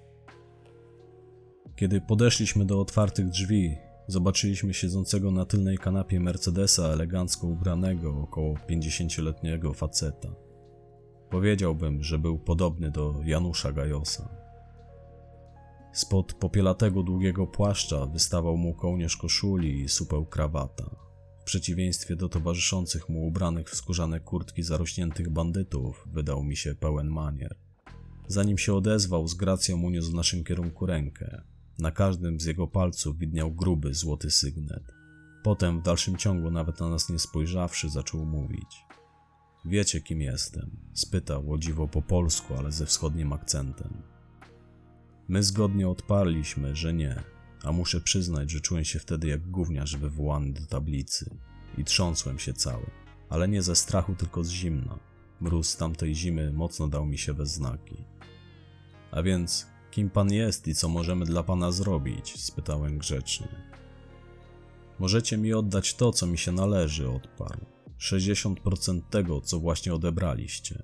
Kiedy podeszliśmy do otwartych drzwi, zobaczyliśmy siedzącego na tylnej kanapie Mercedesa elegancko ubranego, około pięćdziesięcioletniego faceta. Powiedziałbym, że był podobny do Janusza Gajosa. Spod popielatego długiego płaszcza wystawał mu kołnierz koszuli i supeł krawata. W przeciwieństwie do towarzyszących mu ubranych w skórzane kurtki zarośniętych bandytów, wydał mi się pełen manier. Zanim się odezwał, z gracją uniósł w naszym kierunku rękę. Na każdym z jego palców widniał gruby, złoty sygnet. Potem, w dalszym ciągu, nawet na nas nie spojrzawszy, zaczął mówić. Wiecie, kim jestem? Spytał, o dziwo po polsku, ale ze wschodnim akcentem. My zgodnie odparliśmy, że nie, a muszę przyznać, że czułem się wtedy jak gówniarz wywołany do tablicy i trząsłem się cały, ale nie ze strachu, tylko z zimna. Mróz tamtej zimy mocno dał mi się we znaki. A więc, kim pan jest i co możemy dla pana zrobić? Spytałem grzecznie. Możecie mi oddać to, co mi się należy, odparł. sześćdziesiąt procent tego, co właśnie odebraliście.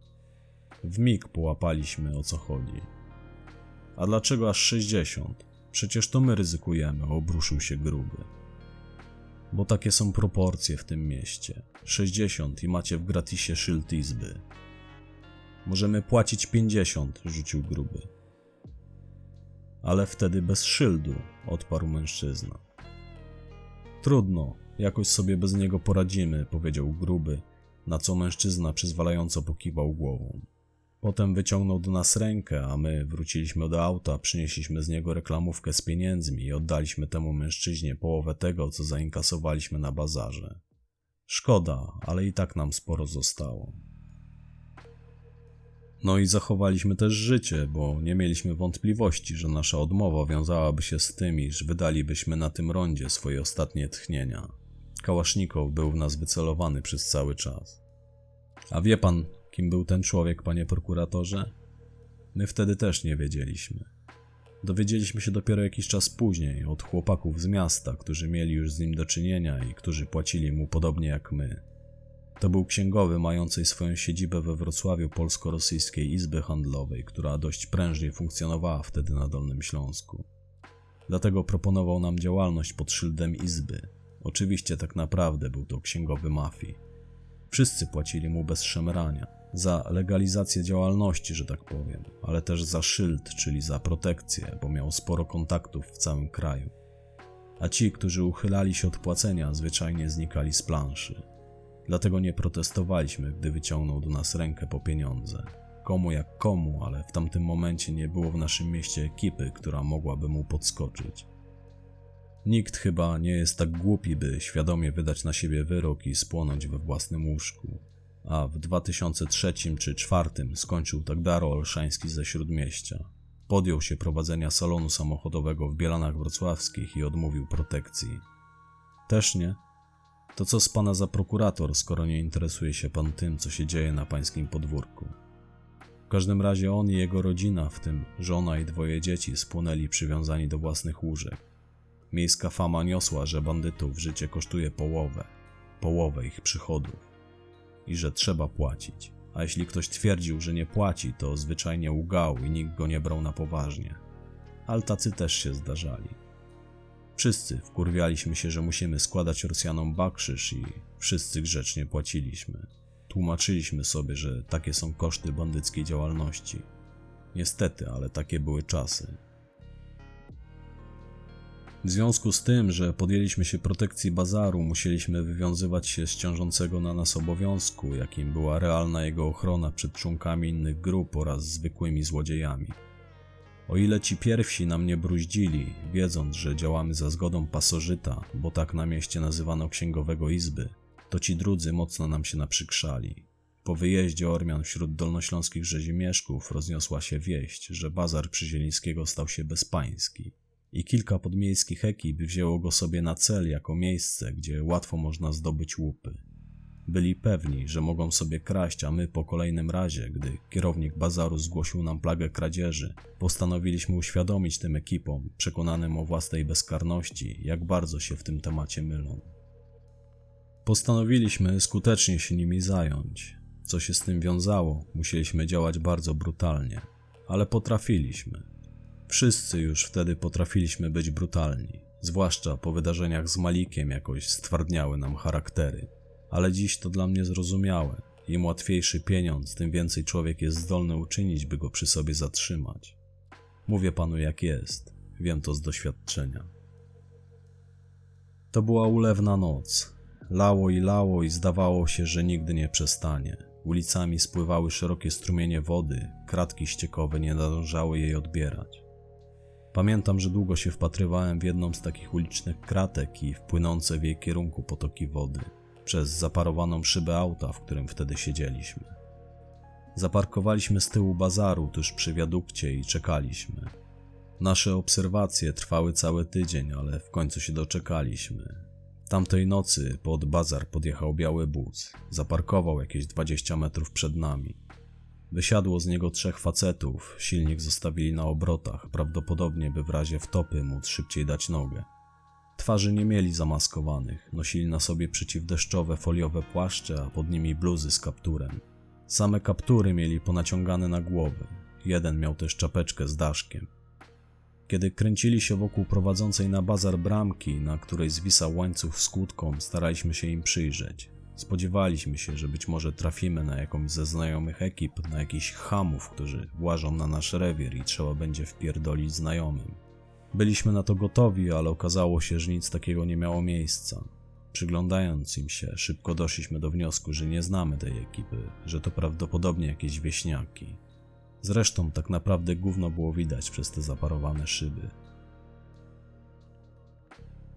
W mig połapaliśmy, o co chodzi. A dlaczego aż sześćdziesiąt? Przecież to my ryzykujemy, obruszył się Gruby. Bo takie są proporcje w tym mieście. sześćdziesiąt i macie w gratisie szyld izby. Możemy płacić pięćdziesiąt, rzucił Gruby. Ale wtedy bez szyldu, odparł mężczyzna. Trudno, jakoś sobie bez niego poradzimy, powiedział Gruby, na co mężczyzna przyzwalająco pokiwał głową. Potem wyciągnął do nas rękę, a my wróciliśmy do auta, przynieśliśmy z niego reklamówkę z pieniędzmi i oddaliśmy temu mężczyźnie połowę tego, co zainkasowaliśmy na bazarze. Szkoda, ale i tak nam sporo zostało. No i zachowaliśmy też życie, bo nie mieliśmy wątpliwości, że nasza odmowa wiązałaby się z tym, iż wydalibyśmy na tym rondzie swoje ostatnie tchnienia. Kałasznikow był w nas wycelowany przez cały czas. A wie pan, kim był ten człowiek, panie prokuratorze? My wtedy też nie wiedzieliśmy. Dowiedzieliśmy się dopiero jakiś czas później od chłopaków z miasta, którzy mieli już z nim do czynienia i którzy płacili mu podobnie jak my. To był księgowy mający swoją siedzibę we Wrocławiu Polsko-Rosyjskiej Izby Handlowej, która dość prężnie funkcjonowała wtedy na Dolnym Śląsku. Dlatego proponował nam działalność pod szyldem Izby. Oczywiście tak naprawdę był to księgowy mafii. Wszyscy płacili mu bez szemrania. Za legalizację działalności, że tak powiem, ale też za szyld, czyli za protekcję, bo miał sporo kontaktów w całym kraju. A ci, którzy uchylali się od płacenia, zwyczajnie znikali z planszy. Dlatego nie protestowaliśmy, gdy wyciągnął do nas rękę po pieniądze. Komu jak komu, ale w tamtym momencie nie było w naszym mieście ekipy, która mogłaby mu podskoczyć. Nikt chyba nie jest tak głupi, by świadomie wydać na siebie wyrok i spłonąć we własnym łóżku. A w dwa tysiące trzecim czy dwa tysiące czwartym skończył tak Daro Olszański ze Śródmieścia. Podjął się prowadzenia salonu samochodowego w Bielanach Wrocławskich i odmówił protekcji. Też nie? To co z pana za prokurator, skoro nie interesuje się pan tym, co się dzieje na pańskim podwórku? W każdym razie on i jego rodzina, w tym żona i dwoje dzieci, spłonęli przywiązani do własnych łóżek. Miejska fama niosła, że bandytów życie kosztuje połowę, połowę ich przychodów i że trzeba płacić. A jeśli ktoś twierdził, że nie płaci, to zwyczajnie łgał i nikt go nie brał na poważnie. Ale tacy też się zdarzali. Wszyscy wkurwialiśmy się, że musimy składać Rosjanom bakrzyż i wszyscy grzecznie płaciliśmy. Tłumaczyliśmy sobie, że takie są koszty bandyckiej działalności. Niestety, ale takie były czasy. W związku z tym, że podjęliśmy się protekcji bazaru, musieliśmy wywiązywać się z ciążącego na nas obowiązku, jakim była realna jego ochrona przed członkami innych grup oraz zwykłymi złodziejami. O ile ci pierwsi nam nie bruździli, wiedząc, że działamy za zgodą pasożyta, bo tak na mieście nazywano księgowego Izby, to ci drudzy mocno nam się naprzykrzali. Po wyjeździe Ormian wśród dolnośląskich rzezimieszków rozniosła się wieść, że bazar Przyzielińskiego stał się bezpański. I kilka podmiejskich ekip wzięło go sobie na cel jako miejsce, gdzie łatwo można zdobyć łupy. Byli pewni, że mogą sobie kraść, a my po kolejnym razie, gdy kierownik bazaru zgłosił nam plagę kradzieży, postanowiliśmy uświadomić tym ekipom, przekonanym o własnej bezkarności, jak bardzo się w tym temacie mylą. Postanowiliśmy skutecznie się nimi zająć. Co się z tym wiązało, musieliśmy działać bardzo brutalnie, ale potrafiliśmy. Wszyscy już wtedy potrafiliśmy być brutalni, zwłaszcza po wydarzeniach z Malikiem jakoś stwardniały nam charaktery. Ale dziś to dla mnie zrozumiałe. Im łatwiejszy pieniądz, tym więcej człowiek jest zdolny uczynić, by go przy sobie zatrzymać. Mówię panu jak jest, wiem to z doświadczenia. To była ulewna noc. Lało i lało i zdawało się, że nigdy nie przestanie. Ulicami spływały szerokie strumienie wody, kratki ściekowe nie nadążały jej odbierać. Pamiętam, że długo się wpatrywałem w jedną z takich ulicznych kratek i w płynące w jej kierunku potoki wody, przez zaparowaną szybę auta, w którym wtedy siedzieliśmy. Zaparkowaliśmy z tyłu bazaru tuż przy wiadukcie i czekaliśmy. Nasze obserwacje trwały cały tydzień, ale w końcu się doczekaliśmy. Tamtej nocy pod bazar podjechał biały bus. Zaparkował jakieś dwadzieścia metrów przed nami. Wysiadło z niego trzech facetów, silnik zostawili na obrotach, prawdopodobnie by w razie wtopy móc szybciej dać nogę. Twarzy nie mieli zamaskowanych, nosili na sobie przeciwdeszczowe foliowe płaszcze, a pod nimi bluzy z kapturem. Same kaptury mieli ponaciągane na głowy, jeden miał też czapeczkę z daszkiem. Kiedy kręcili się wokół prowadzącej na bazar bramki, na której zwisał łańcuch z kłódką, staraliśmy się im przyjrzeć. Spodziewaliśmy się, że być może trafimy na jakąś ze znajomych ekip, na jakichś chamów, którzy włażą na nasz rewir i trzeba będzie wpierdolić znajomym. Byliśmy na to gotowi, ale okazało się, że nic takiego nie miało miejsca. Przyglądając im się, szybko doszliśmy do wniosku, że nie znamy tej ekipy, że to prawdopodobnie jakieś wieśniaki. Zresztą tak naprawdę gówno było widać przez te zaparowane szyby.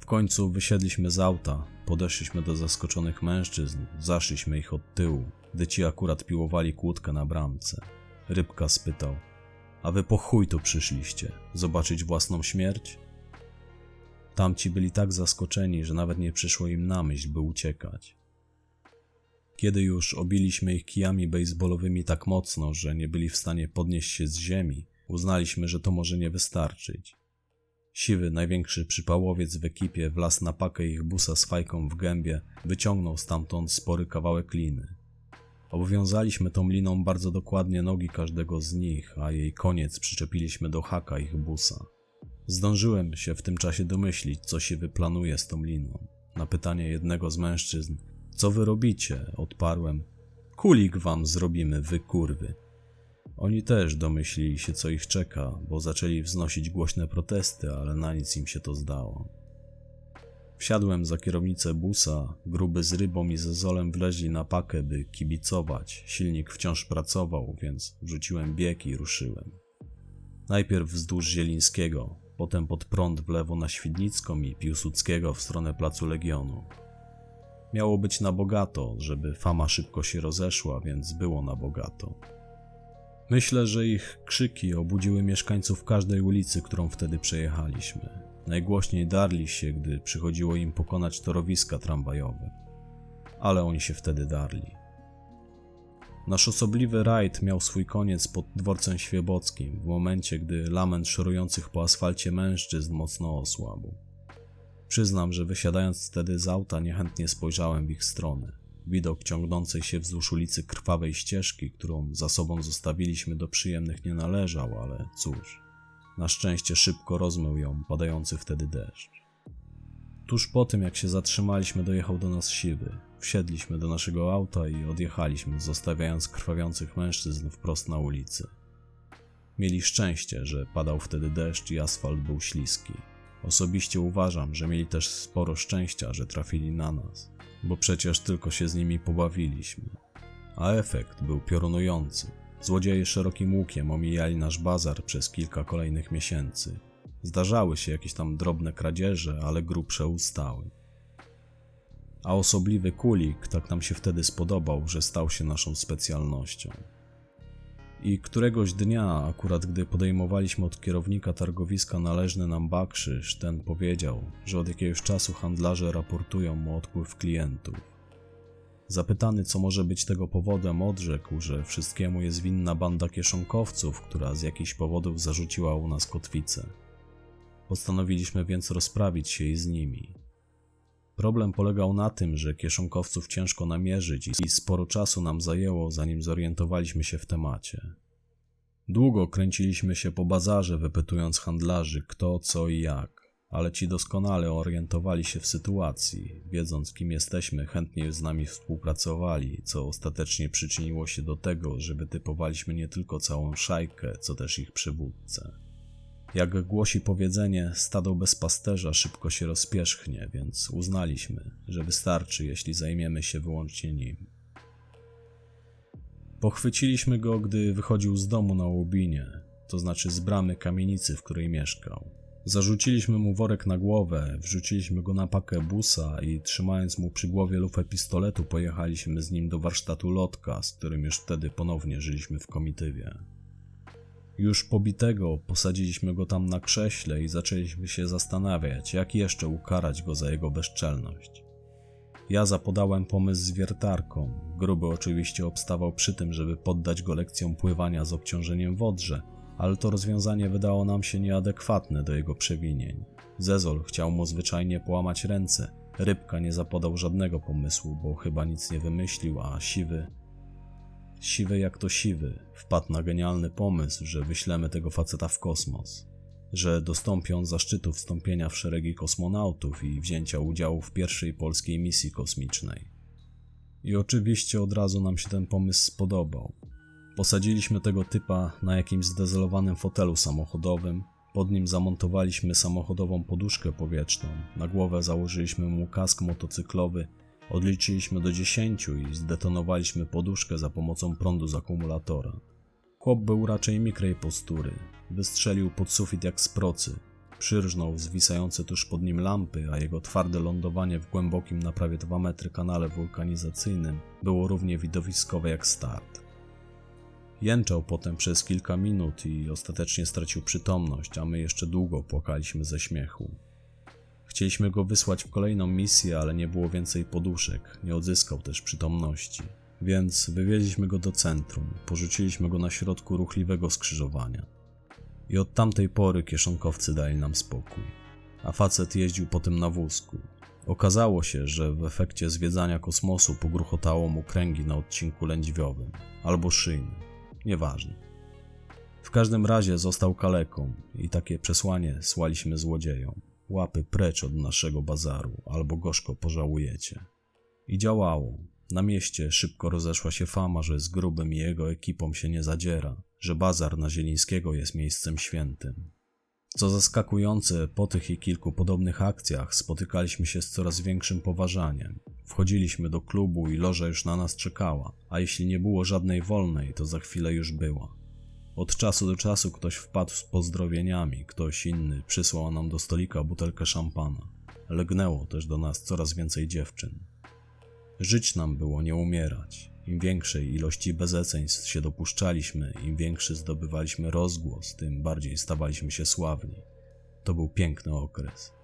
W końcu wysiedliśmy z auta, podeszliśmy do zaskoczonych mężczyzn, zaszliśmy ich od tyłu, gdy ci akurat piłowali kłódkę na bramce. Rybka spytał: a wy po chuj tu przyszliście? Zobaczyć własną śmierć? Tamci byli tak zaskoczeni, że nawet nie przyszło im na myśl, by uciekać. Kiedy już obiliśmy ich kijami bejsbolowymi tak mocno, że nie byli w stanie podnieść się z ziemi, uznaliśmy, że to może nie wystarczyć. Siwy, największy przypałowiec w ekipie, wlazł na pakę ich busa z fajką w gębie, wyciągnął stamtąd spory kawałek liny. Obwiązaliśmy tą liną bardzo dokładnie nogi każdego z nich, a jej koniec przyczepiliśmy do haka ich busa. Zdążyłem się w tym czasie domyślić, co Siwy planuje z tą liną. Na pytanie jednego z mężczyzn: co wy robicie? Odparłem: kulik wam zrobimy, wy kurwy. Oni też domyślili się, co ich czeka, bo zaczęli wznosić głośne protesty, ale na nic im się to zdało. Wsiadłem za kierownicę busa, Gruby z Rybą i Zezolem wleźli na pakę, by kibicować. Silnik wciąż pracował, więc wrzuciłem bieg i ruszyłem. Najpierw wzdłuż Zielińskiego, potem pod prąd w lewo na Świdnicką i Piłsudskiego w stronę Placu Legionu. Miało być na bogato, żeby fama szybko się rozeszła, więc było na bogato. Myślę, że ich krzyki obudziły mieszkańców każdej ulicy, którą wtedy przejechaliśmy. Najgłośniej darli się, gdy przychodziło im pokonać torowiska tramwajowe. Ale oni się wtedy darli. Nasz osobliwy rajd miał swój koniec pod dworcem świebockim, w momencie, gdy lament szorujących po asfalcie mężczyzn mocno osłabł. Przyznam, że wysiadając wtedy z auta niechętnie spojrzałem w ich stronę. Widok ciągnącej się wzdłuż ulicy krwawej ścieżki, którą za sobą zostawiliśmy, do przyjemnych nie należał, ale cóż, na szczęście szybko rozmył ją padający wtedy deszcz. Tuż po tym, jak się zatrzymaliśmy, dojechał do nas Siwy. Wsiedliśmy do naszego auta i odjechaliśmy, zostawiając krwawiących mężczyzn wprost na ulicy. Mieli szczęście, że padał wtedy deszcz i asfalt był śliski. Osobiście uważam, że mieli też sporo szczęścia, że trafili na nas, bo przecież tylko się z nimi pobawiliśmy. A efekt był piorunujący. Złodzieje szerokim łukiem omijali nasz bazar przez kilka kolejnych miesięcy. Zdarzały się jakieś tam drobne kradzieże, ale grubsze ustały. A osobliwy kulik tak nam się wtedy spodobał, że stał się naszą specjalnością. I któregoś dnia, akurat gdy podejmowaliśmy od kierownika targowiska należny nam bakrzyż, ten powiedział, że od jakiegoś czasu handlarze raportują mu odpływ klientów. Zapytany, co może być tego powodem, odrzekł, że wszystkiemu jest winna banda kieszonkowców, która z jakichś powodów zarzuciła u nas kotwicę. Postanowiliśmy więc rozprawić się i z nimi. Problem polegał na tym, że kieszonkowców ciężko namierzyć i sporo czasu nam zajęło, zanim zorientowaliśmy się w temacie. Długo kręciliśmy się po bazarze, wypytując handlarzy kto, co i jak, ale ci doskonale orientowali się w sytuacji, wiedząc kim jesteśmy, chętnie z nami współpracowali, co ostatecznie przyczyniło się do tego, że wytypowaliśmy nie tylko całą szajkę, co też ich przywódcę. Jak głosi powiedzenie, stado bez pasterza szybko się rozpierzchnie, więc uznaliśmy, że wystarczy, jeśli zajmiemy się wyłącznie nim. Pochwyciliśmy go, gdy wychodził z domu na Łubinie, to znaczy z bramy kamienicy, w której mieszkał. Zarzuciliśmy mu worek na głowę, wrzuciliśmy go na pakę busa i trzymając mu przy głowie lufę pistoletu, pojechaliśmy z nim do warsztatu Lotka, z którym już wtedy ponownie żyliśmy w komitywie. Już pobitego posadziliśmy go tam na krześle i zaczęliśmy się zastanawiać, jak jeszcze ukarać go za jego bezczelność. Ja zapodałem pomysł z wiertarką. Gruby oczywiście obstawał przy tym, żeby poddać go lekcjom pływania z obciążeniem w Odrze, ale to rozwiązanie wydało nam się nieadekwatne do jego przewinień. Zezol chciał mu zwyczajnie połamać ręce. Rybka nie zapodał żadnego pomysłu, bo chyba nic nie wymyślił, a Siwy... Siwy jak to siwy, wpadł na genialny pomysł, że wyślemy tego faceta w kosmos, że dostąpi on zaszczytu wstąpienia w szeregi kosmonautów i wzięcia udziału w pierwszej polskiej misji kosmicznej. I oczywiście od razu nam się ten pomysł spodobał. Posadziliśmy tego typa na jakimś zdezelowanym fotelu samochodowym, pod nim zamontowaliśmy samochodową poduszkę powietrzną, na głowę założyliśmy mu kask motocyklowy, odliczyliśmy do dziesięciu i zdetonowaliśmy poduszkę za pomocą prądu z akumulatora. Chłop był raczej mikrej postury, wystrzelił pod sufit jak z procy. przyrżnął zwisające tuż pod nim lampy, a jego twarde lądowanie w głębokim na prawie dwa metry kanale wulkanizacyjnym było równie widowiskowe jak start. Jęczał potem przez kilka minut i ostatecznie stracił przytomność, a my jeszcze długo płakaliśmy ze śmiechu. Chcieliśmy go wysłać w kolejną misję, ale nie było więcej poduszek, nie odzyskał też przytomności. Więc wywieźliśmy go do centrum, porzuciliśmy go na środku ruchliwego skrzyżowania. I od tamtej pory kieszonkowcy dali nam spokój. A facet jeździł potem na wózku. Okazało się, że w efekcie zwiedzania kosmosu pogruchotało mu kręgi na odcinku lędźwiowym, albo szyjnym, nieważne. W każdym razie został kaleką i takie przesłanie słaliśmy złodziejom. Łapy precz od naszego bazaru, albo gorzko pożałujecie. I działało. Na mieście szybko rozeszła się fama, że z Grubym i jego ekipą się nie zadziera, że bazar na Zielińskiego jest miejscem świętym. Co zaskakujące, po tych i kilku podobnych akcjach spotykaliśmy się z coraz większym poważaniem. Wchodziliśmy do klubu i loża już na nas czekała, a jeśli nie było żadnej wolnej, to za chwilę już była. Od czasu do czasu ktoś wpadł z pozdrowieniami, ktoś inny przysłał nam do stolika butelkę szampana. Legnęło też do nas coraz więcej dziewczyn. Żyć nam było, nie umierać. Im większej ilości bezeceństw się dopuszczaliśmy, im większy zdobywaliśmy rozgłos, tym bardziej stawaliśmy się sławni. To był piękny okres.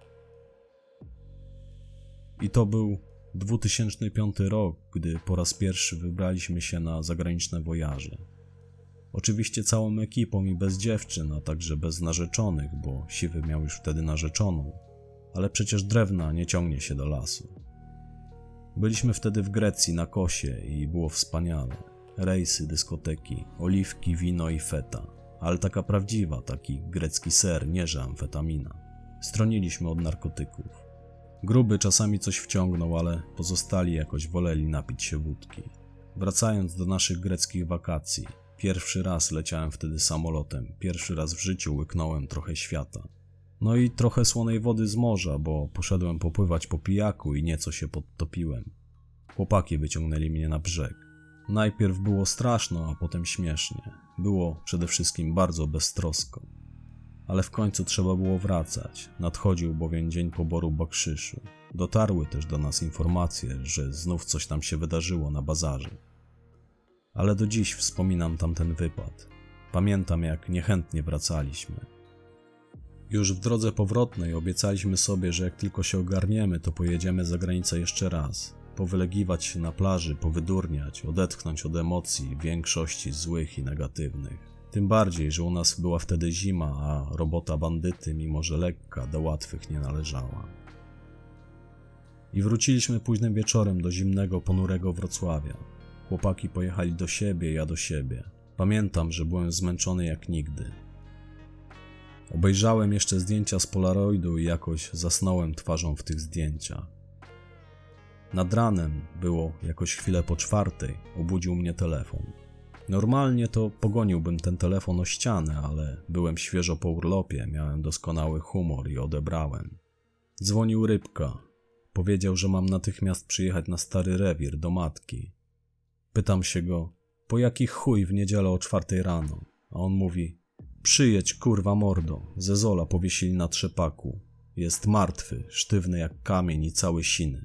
I to był dwutysięczny piąty rok, gdy po raz pierwszy wybraliśmy się na zagraniczne wojaże. Oczywiście całą ekipą i bez dziewczyn, a także bez narzeczonych, bo Siwy miał już wtedy narzeczoną, ale przecież drewna nie ciągnie się do lasu. Byliśmy wtedy w Grecji na Kosie i było wspaniale. Rejsy, dyskoteki, oliwki, wino i feta, ale taka prawdziwa, taki grecki ser, nie że amfetamina. Stroniliśmy od narkotyków. Gruby czasami coś wciągnął, ale pozostali jakoś woleli napić się wódki. Wracając do naszych greckich wakacji, pierwszy raz leciałem wtedy samolotem, pierwszy raz w życiu łyknąłem trochę świata. No i trochę słonej wody z morza, bo poszedłem popływać po pijaku i nieco się podtopiłem. Chłopaki wyciągnęli mnie na brzeg. Najpierw było straszno, a potem śmiesznie. Było przede wszystkim bardzo beztrosko. Ale w końcu trzeba było wracać. Nadchodził bowiem dzień poboru bakszyszu. Dotarły też do nas informacje, że znów coś tam się wydarzyło na bazarze. Ale do dziś wspominam tamten wypad. Pamiętam, jak niechętnie wracaliśmy. Już w drodze powrotnej obiecaliśmy sobie, że jak tylko się ogarniemy, to pojedziemy za granicę jeszcze raz. Powylegiwać się na plaży, powydurniać, odetchnąć od emocji, większości złych i negatywnych. Tym bardziej, że u nas była wtedy zima, a robota bandyty, mimo że lekka, do łatwych nie należała. I wróciliśmy późnym wieczorem do zimnego, ponurego Wrocławia. Chłopaki pojechali do siebie, ja do siebie. Pamiętam, że byłem zmęczony jak nigdy. Obejrzałem jeszcze zdjęcia z Polaroidu i jakoś zasnąłem twarzą w tych zdjęciach. Nad ranem, było jakoś chwilę po czwartej, obudził mnie telefon. Normalnie to pogoniłbym ten telefon o ścianę, ale byłem świeżo po urlopie, miałem doskonały humor i odebrałem. Dzwonił Rybka. Powiedział, że mam natychmiast przyjechać na stary rewir do matki. Pytam się go, po jaki chuj w niedzielę o czwartej rano? A on mówi, przyjedź kurwa mordo, Zezola powiesili na trzepaku. Jest martwy, sztywny jak kamień i cały siny.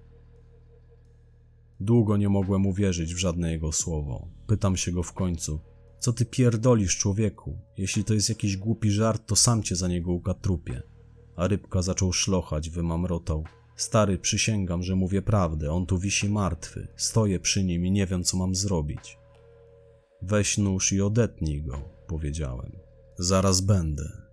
Długo nie mogłem uwierzyć w żadne jego słowo. Pytam się go w końcu, co ty pierdolisz, człowieku? Jeśli to jest jakiś głupi żart, to sam cię za niego ukatrupię. A Rybka zaczął szlochać, wymamrotał. Stary, przysięgam, że mówię prawdę, on tu wisi martwy. Stoję przy nim i nie wiem, co mam zrobić. Weź nóż i odetnij go, powiedziałem. Zaraz będę.